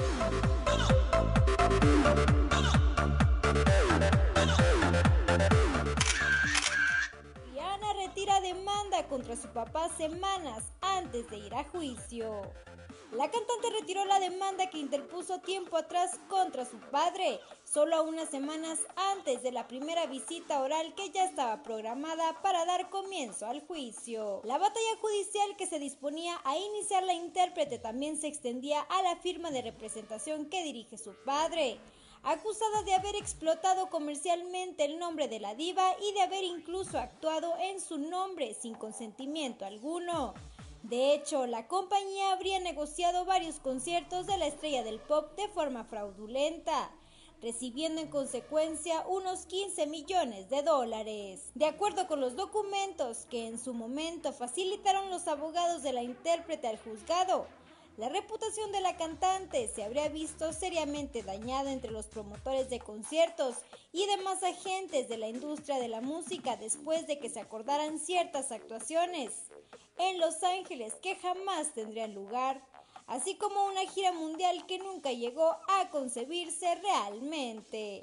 Rihanna retira demanda contra su papá semanas antes de ir a juicio. La cantante retiró la demanda que interpuso tiempo atrás contra su padre, solo a unas semanas antes de la primera visita oral que ya estaba programada para dar comienzo al juicio. La batalla judicial que se disponía a iniciar la intérprete también se extendía a la firma de representación que dirige su padre, acusada de haber explotado comercialmente el nombre de la diva y de haber incluso actuado en su nombre sin consentimiento alguno. De hecho, la compañía habría negociado varios conciertos de la estrella del pop de forma fraudulenta, recibiendo en consecuencia unos 15 millones de dólares. De acuerdo con los documentos que en su momento facilitaron los abogados de la intérprete al juzgado, la reputación de la cantante se habría visto seriamente dañada entre los promotores de conciertos y demás agentes de la industria de la música después de que se acordaran ciertas actuaciones en Los Ángeles que jamás tendrían lugar, así como una gira mundial que nunca llegó a concebirse realmente.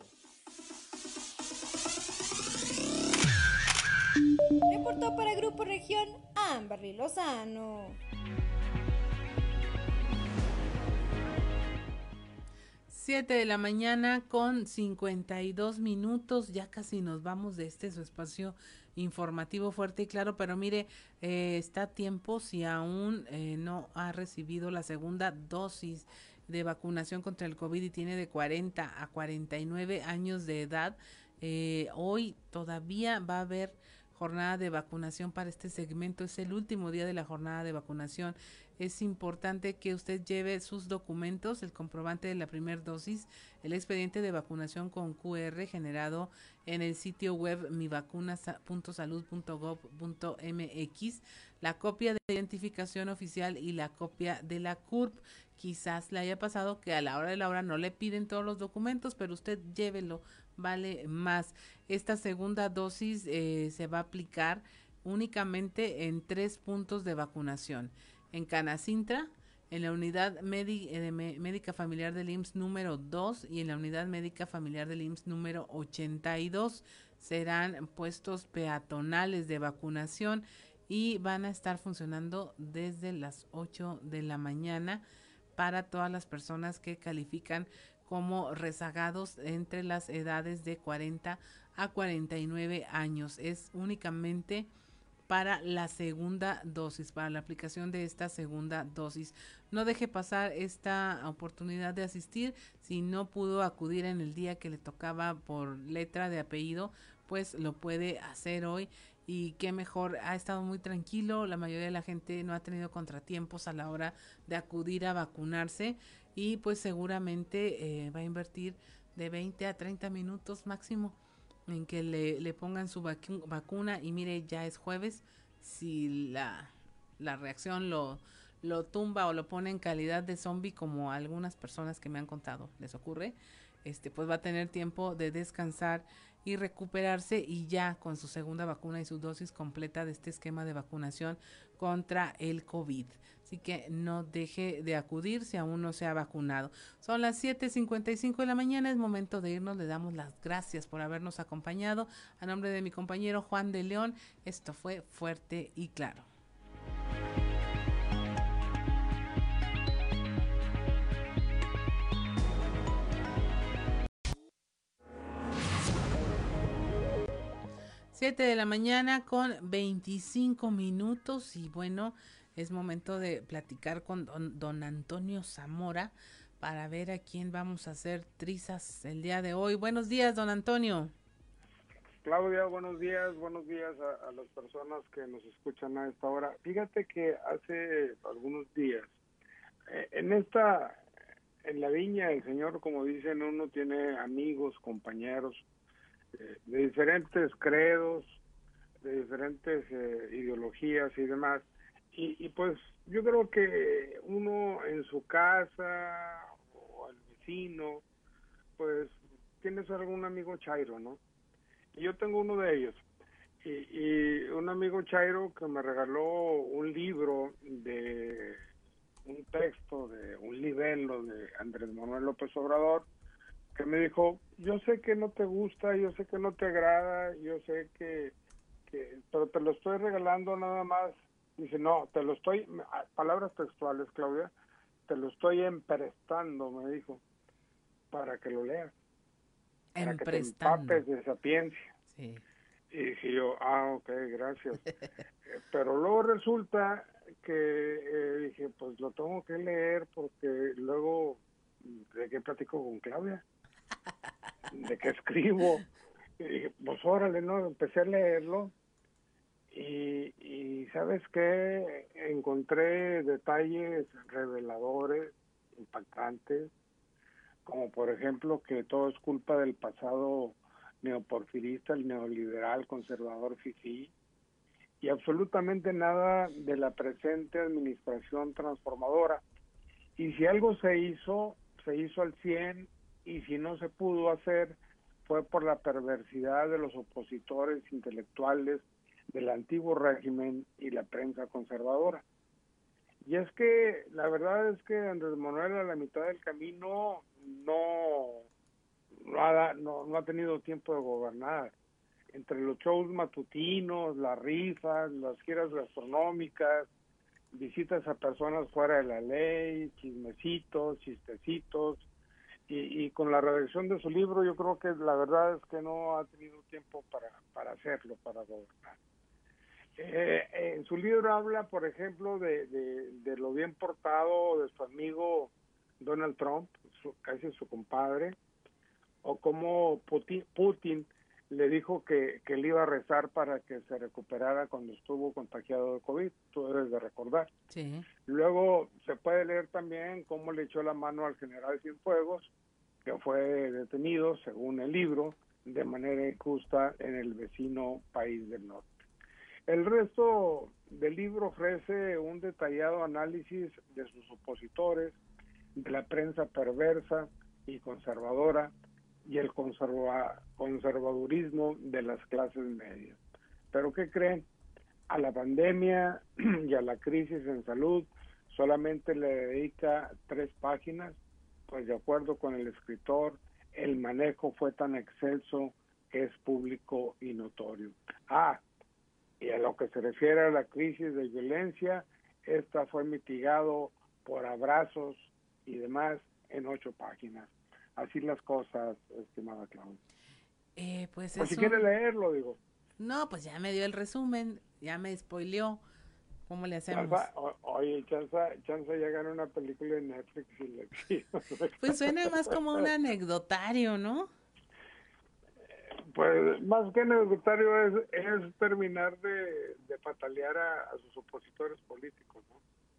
Reportó para Grupo Región Amberly Lozano. 7 de la mañana con 52 minutos, ya casi nos vamos de su espacio informativo Fuerte y Claro, pero mire, está a tiempo si aún no ha recibido la segunda dosis de vacunación contra el COVID y tiene de 40 a 49 años de edad, hoy todavía va a haber jornada de vacunación para este segmento, es el último día de la jornada de vacunación. Es importante que usted lleve sus documentos, el comprobante de la primera dosis, el expediente de vacunación con QR generado en el sitio web mivacunas.salud.gov.mx, la copia de identificación oficial y la copia de la CURP. Quizás le haya pasado que a la hora de la hora no le piden todos los documentos, pero usted llévelo, vale más. Esta segunda dosis se va a aplicar únicamente en 3 puntos de vacunación. En Canacintra, en la unidad médica familiar del IMSS número 2 y en la unidad médica familiar del IMSS número 82 serán puestos peatonales de vacunación y van a estar funcionando desde las 8 de la mañana para todas las personas que califican como rezagados entre las edades de 40 a 49 años. Es únicamente para la segunda dosis, para la aplicación de esta segunda dosis. No deje pasar esta oportunidad de asistir. Si no pudo acudir en el día que le tocaba por letra de apellido, pues lo puede hacer hoy. Y qué mejor, ha estado muy tranquilo, la mayoría de la gente no ha tenido contratiempos a la hora de acudir a vacunarse y pues seguramente va a invertir de 20 a 30 minutos máximo en que le pongan su vacuna. Y mire, ya es jueves, si la reacción lo tumba o lo pone en calidad de zombie, como a algunas personas que me han contado les ocurre, pues va a tener tiempo de descansar y recuperarse, y ya con su segunda vacuna y su dosis completa de este esquema de vacunación contra el COVID. Así que no deje de acudir si aún no se ha vacunado. Son las 7:55 de la mañana, es momento de irnos. Le damos las gracias por habernos acompañado. A nombre de mi compañero Juan de León, esto fue Fuerte y Claro. Siete de la mañana con 25 minutos y bueno, es momento de platicar con don Antonio Zamora para ver a quién vamos a hacer trizas el día de hoy. Buenos días, don Antonio. Claudia, buenos días a las personas que nos escuchan a esta hora. Fíjate que hace algunos días, en la viña del Señor, como dicen, uno tiene amigos, compañeros, de diferentes credos, de diferentes ideologías y demás, y pues yo creo que uno en su casa o el vecino, pues tienes algún amigo chairo, ¿no? Y yo tengo uno de ellos, y un amigo chairo que me regaló un libro de un texto de un libelo de Andrés Manuel López Obrador, que me dijo, yo sé que no te gusta, yo sé que no te agrada, yo sé que pero te lo estoy regalando nada más. Dice, no, te lo estoy, palabras textuales, Claudia, te lo estoy emprestando, me dijo, para que lo leas, para que te empapes de sapiencia. Sí. Y dije yo, ok, gracias. Pero luego resulta que dije, pues lo tengo que leer porque luego, ¿de qué platico con Claudia? ¿De qué escribo? Y dije, pues órale, ¿no? Empecé a leerlo y ¿sabes qué? Encontré detalles reveladores, impactantes, como por ejemplo que todo es culpa del pasado neoporfirista, el neoliberal, conservador fifí, y absolutamente nada de la presente administración transformadora. Y si algo se hizo al 100, y si no se pudo hacer, fue por la perversidad de los opositores intelectuales del antiguo régimen y la prensa conservadora. Y es que la verdad es que Andrés Manuel a la mitad del camino no ha tenido tiempo de gobernar. Entre los shows matutinos, las rifas, las giras gastronómicas, visitas a personas fuera de la ley, chismecitos, chistecitos, y con la redacción de su libro yo creo que la verdad es que no ha tenido tiempo para hacerlo, para gobernar. En su libro habla, por ejemplo, de lo bien portado de su amigo Donald Trump, casi su compadre, o cómo Putin le dijo que le iba a rezar para que se recuperara cuando estuvo contagiado de COVID, tú debes de recordar. Sí. Luego se puede leer también cómo le echó la mano al general Cienfuegos, que fue detenido, según el libro, de manera injusta en el vecino país del norte. El resto del libro ofrece un detallado análisis de sus opositores, de la prensa perversa y conservadora, y el conservadurismo de las clases medias. ¿Pero qué creen? A la pandemia y a la crisis en salud solamente le dedica 3 páginas, pues de acuerdo con el escritor, el manejo fue tan excelso que es público y notorio. Y a lo que se refiere a la crisis de violencia, esta fue mitigado por abrazos y demás en 8 páginas. Así las cosas, estimada Claudia. Pues si quiere leerlo, digo. No, pues ya me dio el resumen, ya me spoileó. ¿Cómo le hacemos? Oye, Chanza ya ganó una película en Netflix y le exhibo. Pues suena más como un anecdotario, ¿no? Pues más que anecdotario es terminar de patalear a sus opositores políticos, ¿no?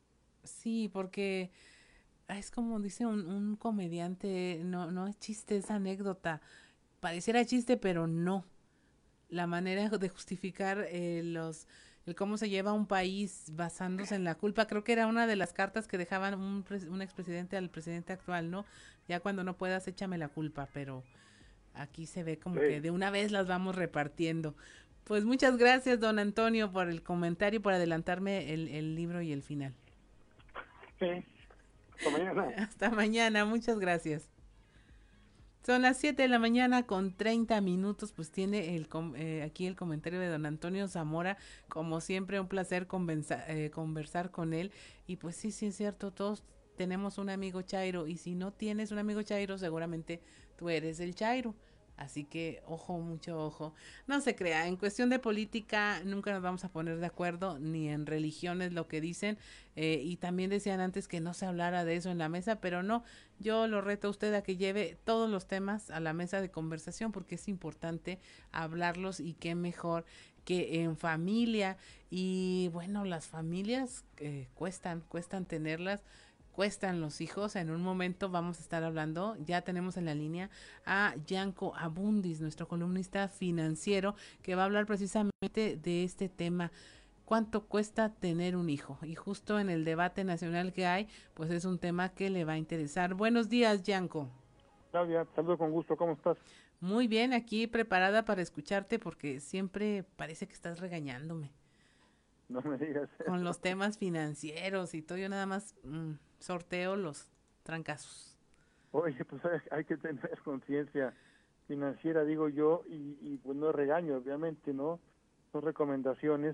Sí, porque es como dice un comediante, no es chiste, es anécdota. Pareciera chiste, pero no. La manera de justificar el cómo se lleva un país basándose en la culpa, creo que era una de las cartas que dejaban un expresidente al presidente actual, ¿no? Ya cuando no puedas, échame la culpa, pero aquí se ve como que de una vez las vamos repartiendo. Pues muchas gracias, don Antonio, por el comentario y por adelantarme el libro y el final. Sí, hasta mañana. Hasta mañana, muchas gracias. Son las 7 de la mañana con 30 minutos, pues tiene aquí el comentario de don Antonio Zamora, como siempre un placer conversar con él, y pues sí es cierto, todos tenemos un amigo chairo, y si no tienes un amigo chairo, seguramente tú eres el chairo. Así que ojo, mucho ojo. No se crea, en cuestión de política nunca nos vamos a poner de acuerdo, ni en religiones lo que dicen, y también decían antes que no se hablara de eso en la mesa, pero no, yo lo reto a usted a que lleve todos los temas a la mesa de conversación, porque es importante hablarlos, y qué mejor que en familia. Y bueno, las familias cuestan tenerlas, cuestan los hijos. En un momento vamos a estar hablando, ya tenemos en la línea a Yanko Abundis, nuestro columnista financiero, que va a hablar precisamente de este tema. ¿Cuánto cuesta tener un hijo? Y justo en el debate nacional que hay, pues es un tema que le va a interesar. Buenos días, Yanko. Claudia, saludo con gusto, ¿cómo estás? Muy bien, aquí preparada para escucharte, porque siempre parece que estás regañándome. No me digas eso. Con los temas financieros y todo, yo nada más sorteo los trancazos. Oye, pues hay que tener conciencia financiera, digo yo, y pues no es regaño, obviamente, ¿no? Son recomendaciones.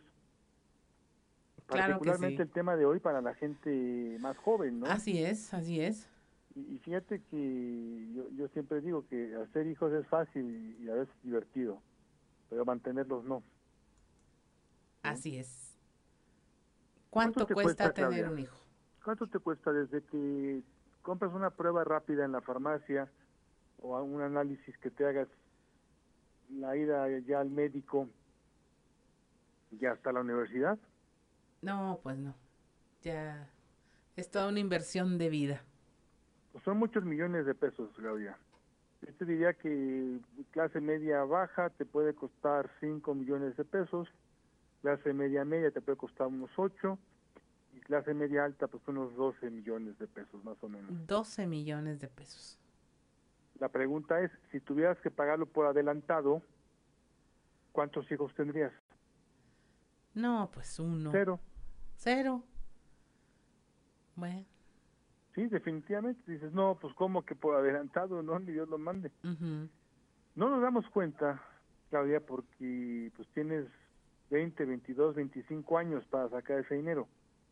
Claro que particularmente sí. El tema de hoy para la gente más joven, ¿no? Así es, así es. Y fíjate que yo siempre digo que hacer hijos es fácil y a veces divertido, pero mantenerlos no. Así es. ¿Cuánto cuesta tener Claudia? un hijo? ¿Cuánto te cuesta desde que compras una prueba rápida en la farmacia o a un análisis que te hagas, la ida ya al médico y hasta la universidad? No, pues no. Ya es toda una inversión de vida. Pues son muchos millones de pesos, Claudia. Yo te diría que clase media baja te puede costar 5 millones de pesos, clase media te puede costar unos 8, y clase media alta pues unos 12 millones de pesos más o menos. 12 millones de pesos. La pregunta es, si tuvieras que pagarlo por adelantado, ¿cuántos hijos tendrías? No, pues uno. Cero. Bueno. Sí, definitivamente. Dices, no, pues ¿cómo que por adelantado? No, ni Dios lo mande. Uh-huh. No nos damos cuenta, Claudia, porque pues tienes 20, 22, 25 años para sacar ese dinero.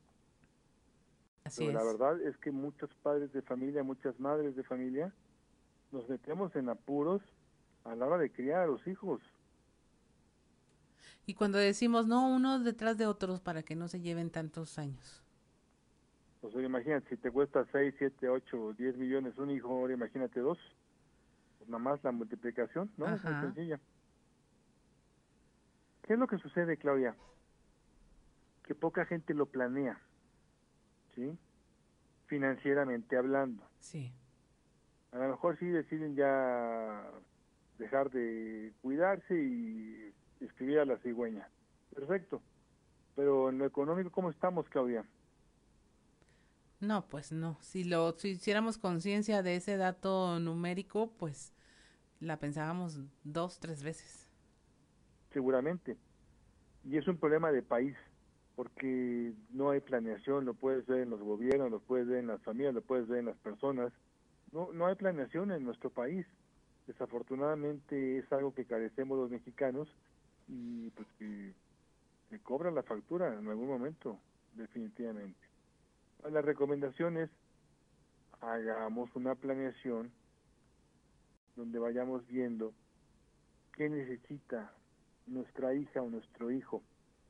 Así Pero es. la verdad es que muchos padres de familia, muchas madres de familia, nos metemos en apuros a la hora de criar a los hijos. Y cuando decimos, no, unos detrás de otros para que no se lleven tantos años. Pues imagínate, si te cuesta 6, 7, 8, 10 millones un hijo, ahora imagínate 2. Pues nada más la multiplicación, ¿no? Es muy sencilla. ¿Qué es lo que sucede, Claudia? Que poca gente lo planea, ¿sí? Financieramente hablando. Sí. A lo mejor sí deciden ya dejar de cuidarse y escribir a la cigüeña. Perfecto. Pero en lo económico, ¿cómo estamos, Claudia? No, pues no. Si hiciéramos conciencia de ese dato numérico, pues la pensábamos 2, 3 veces. Seguramente. Y es un problema de país, porque no hay planeación, lo puedes ver en los gobiernos, lo puedes ver en las familias, lo puedes ver en las personas. No hay planeación en nuestro país. Desafortunadamente es algo que carecemos los mexicanos y pues que cobra la factura en algún momento, definitivamente. La recomendación es hagamos una planeación donde vayamos viendo qué necesita nuestra hija o nuestro hijo.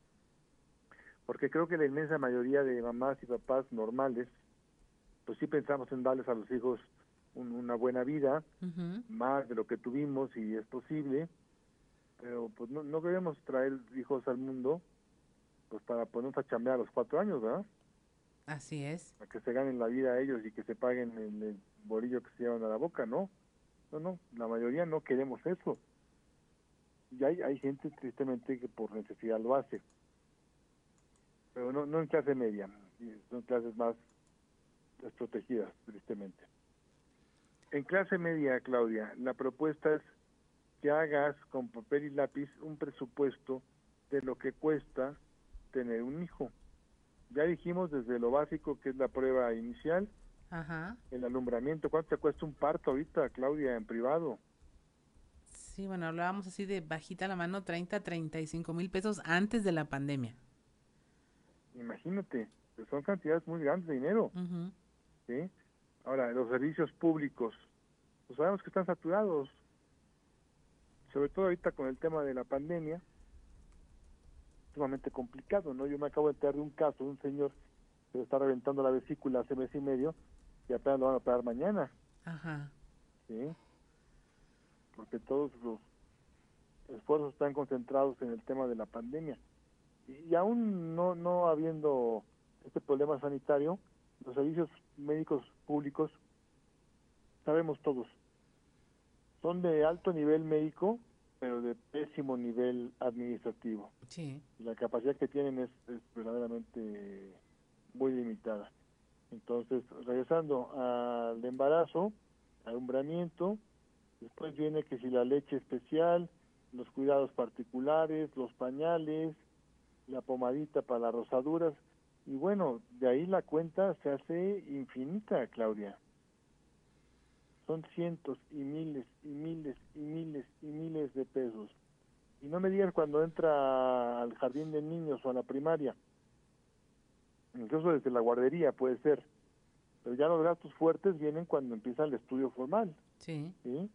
Porque creo que la inmensa mayoría de mamás y papás normales, pues sí pensamos en darles a los hijos una buena vida, más de lo que tuvimos si es posible, pero pues no queremos traer hijos al mundo pues para ponernos a chambear a los 4 años, ¿verdad? Así es. Para que se ganen la vida a ellos y que se paguen el bolillo que se llevan a la boca, ¿no? No, la mayoría no queremos eso. Y hay gente tristemente que por necesidad lo hace. Pero no en clase media, son clases más desprotegidas, tristemente. En clase media, Claudia, la propuesta es que hagas con papel y lápiz un presupuesto de lo que cuesta tener un hijo. Ya dijimos desde lo básico que es la prueba inicial, el alumbramiento. ¿Cuánto te cuesta un parto ahorita, Claudia, en privado? Sí, bueno, hablábamos así de bajita la mano, 35,000 pesos antes de la pandemia. Imagínate, son cantidades muy grandes de dinero. ¿Sí? Ahora, los servicios públicos, pues sabemos que están saturados, sobre todo ahorita con el tema de la pandemia, sumamente complicado, ¿no? Yo me acabo de enterar de un caso de un señor que le está reventando la vesícula hace mes y medio y apenas lo van a operar mañana. ¿Sí? Porque todos los esfuerzos están concentrados en el tema de la pandemia. Y aún no habiendo este problema sanitario, los servicios médicos públicos, sabemos todos, son de alto nivel médico, pero de pésimo nivel administrativo. Sí. La capacidad que tienen es verdaderamente muy limitada. Entonces, regresando al embarazo, alumbramiento, después viene que si la leche especial, los cuidados particulares, los pañales, la pomadita para las rosaduras, y bueno, de ahí la cuenta se hace infinita, Claudia. Son cientos y miles y miles y miles y miles de pesos. Y no me digas cuando entra al jardín de niños o a la primaria, incluso desde la guardería puede ser, pero ya los gastos fuertes vienen cuando empieza el estudio formal. Sí.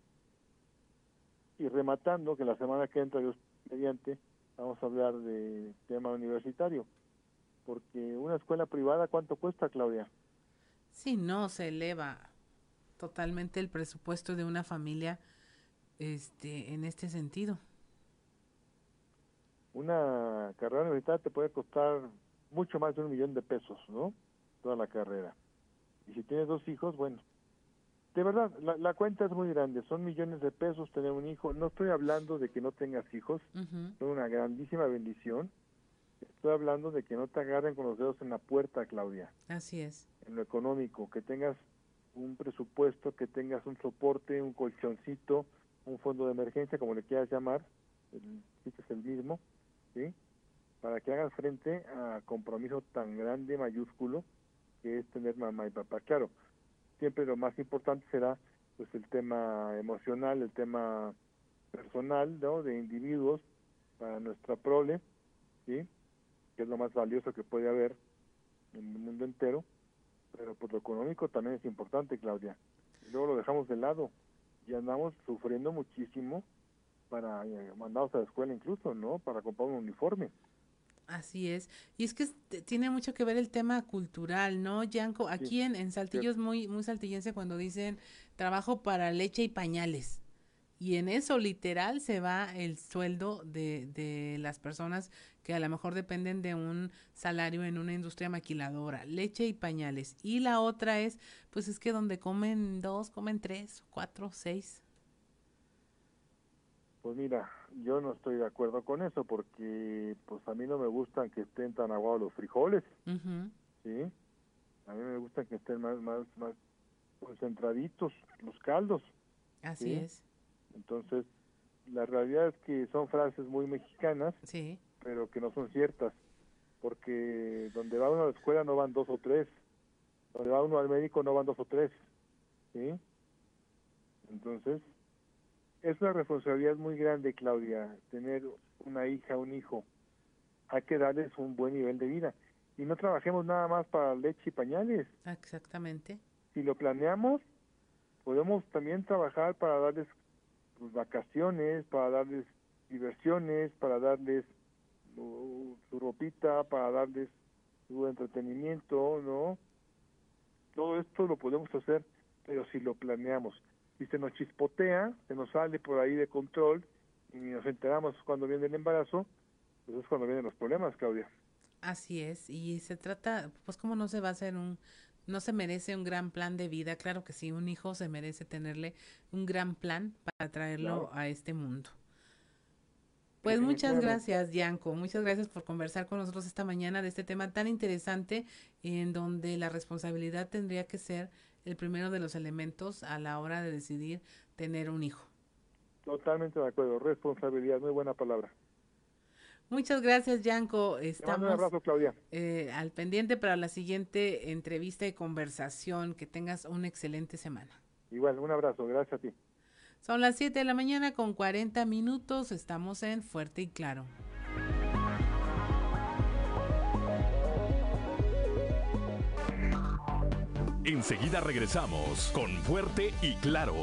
Y rematando, que la semana que entra, Dios mediante, vamos a hablar de tema universitario, porque una escuela privada, ¿cuánto cuesta, Claudia? Sí, no, se eleva totalmente el presupuesto de una familia en este sentido. Una carrera universitaria te puede costar mucho más de 1 millón de pesos, ¿no? Toda la carrera. Y si tienes 2 hijos, bueno, de verdad, la cuenta es muy grande, son millones de pesos tener un hijo. No estoy hablando de que no tengas hijos, es una grandísima bendición. Estoy hablando de que no te agarren con los dedos en la puerta, Claudia. Así es. En lo económico, que tengas un presupuesto, que tengas un soporte, un colchoncito, un fondo de emergencia, como le quieras llamar, es el mismo, ¿sí? Para que hagas frente a compromiso tan grande, mayúsculo, que es tener mamá y papá. Claro, siempre lo más importante será pues el tema emocional, el tema personal, ¿no? De individuos para nuestra prole, ¿sí? Que es lo más valioso que puede haber en el mundo entero, pero pues lo económico también es importante, Claudia. Y luego lo dejamos de lado y andamos sufriendo muchísimo para mandarnos a la escuela incluso, ¿no? Para comprar un uniforme. Así es. Y es que tiene mucho que ver el tema cultural, ¿no, Yanko? Aquí en Saltillo es muy saltillense cuando dicen trabajo para leche y pañales. Y en eso literal se va el sueldo de las personas que a lo mejor dependen de un salario en una industria maquiladora, leche y pañales. Y la otra es, pues es que donde comen 2, comen 3, 4, 6. Pues mira, yo no estoy de acuerdo con eso porque pues a mí no me gustan que estén tan aguados los frijoles, ¿sí? A mí me gustan que estén más concentraditos los caldos. Así es. Entonces, la realidad es que son frases muy mexicanas, pero que no son ciertas, porque donde va uno a la escuela no van 2 o 3, donde va uno al médico no van 2 o 3, ¿sí? Entonces, es una responsabilidad muy grande, Claudia, tener una hija, un hijo. Hay que darles un buen nivel de vida. Y no trabajemos nada más para leche y pañales. Exactamente. Si lo planeamos, podemos también trabajar para darles pues, vacaciones, para darles diversiones, para darles su ropita, para darles su entretenimiento, ¿no? Todo esto lo podemos hacer, pero si lo planeamos. Si se nos chispotea, se nos sale por ahí de control y nos enteramos cuando viene el embarazo, pues es cuando vienen los problemas, Claudia. Así es, y se trata, pues cómo no se va a hacer no se merece un gran plan de vida. Claro que sí, un hijo se merece tenerle un gran plan para traerlo a este mundo. Pues muchas gracias, Yanko, muchas gracias por conversar con nosotros esta mañana de este tema tan interesante, en donde la responsabilidad tendría que ser el primero de los elementos a la hora de decidir tener un hijo. Totalmente de acuerdo, responsabilidad, muy buena palabra. Muchas gracias, Yanko. Estamos un abrazo, Claudia. Al pendiente para la siguiente entrevista y conversación. Que tengas una excelente semana. Igual, un abrazo, gracias a ti. Son las 7 de la mañana con 40 minutos. Estamos en Fuerte y Claro. Enseguida regresamos con Fuerte y Claro.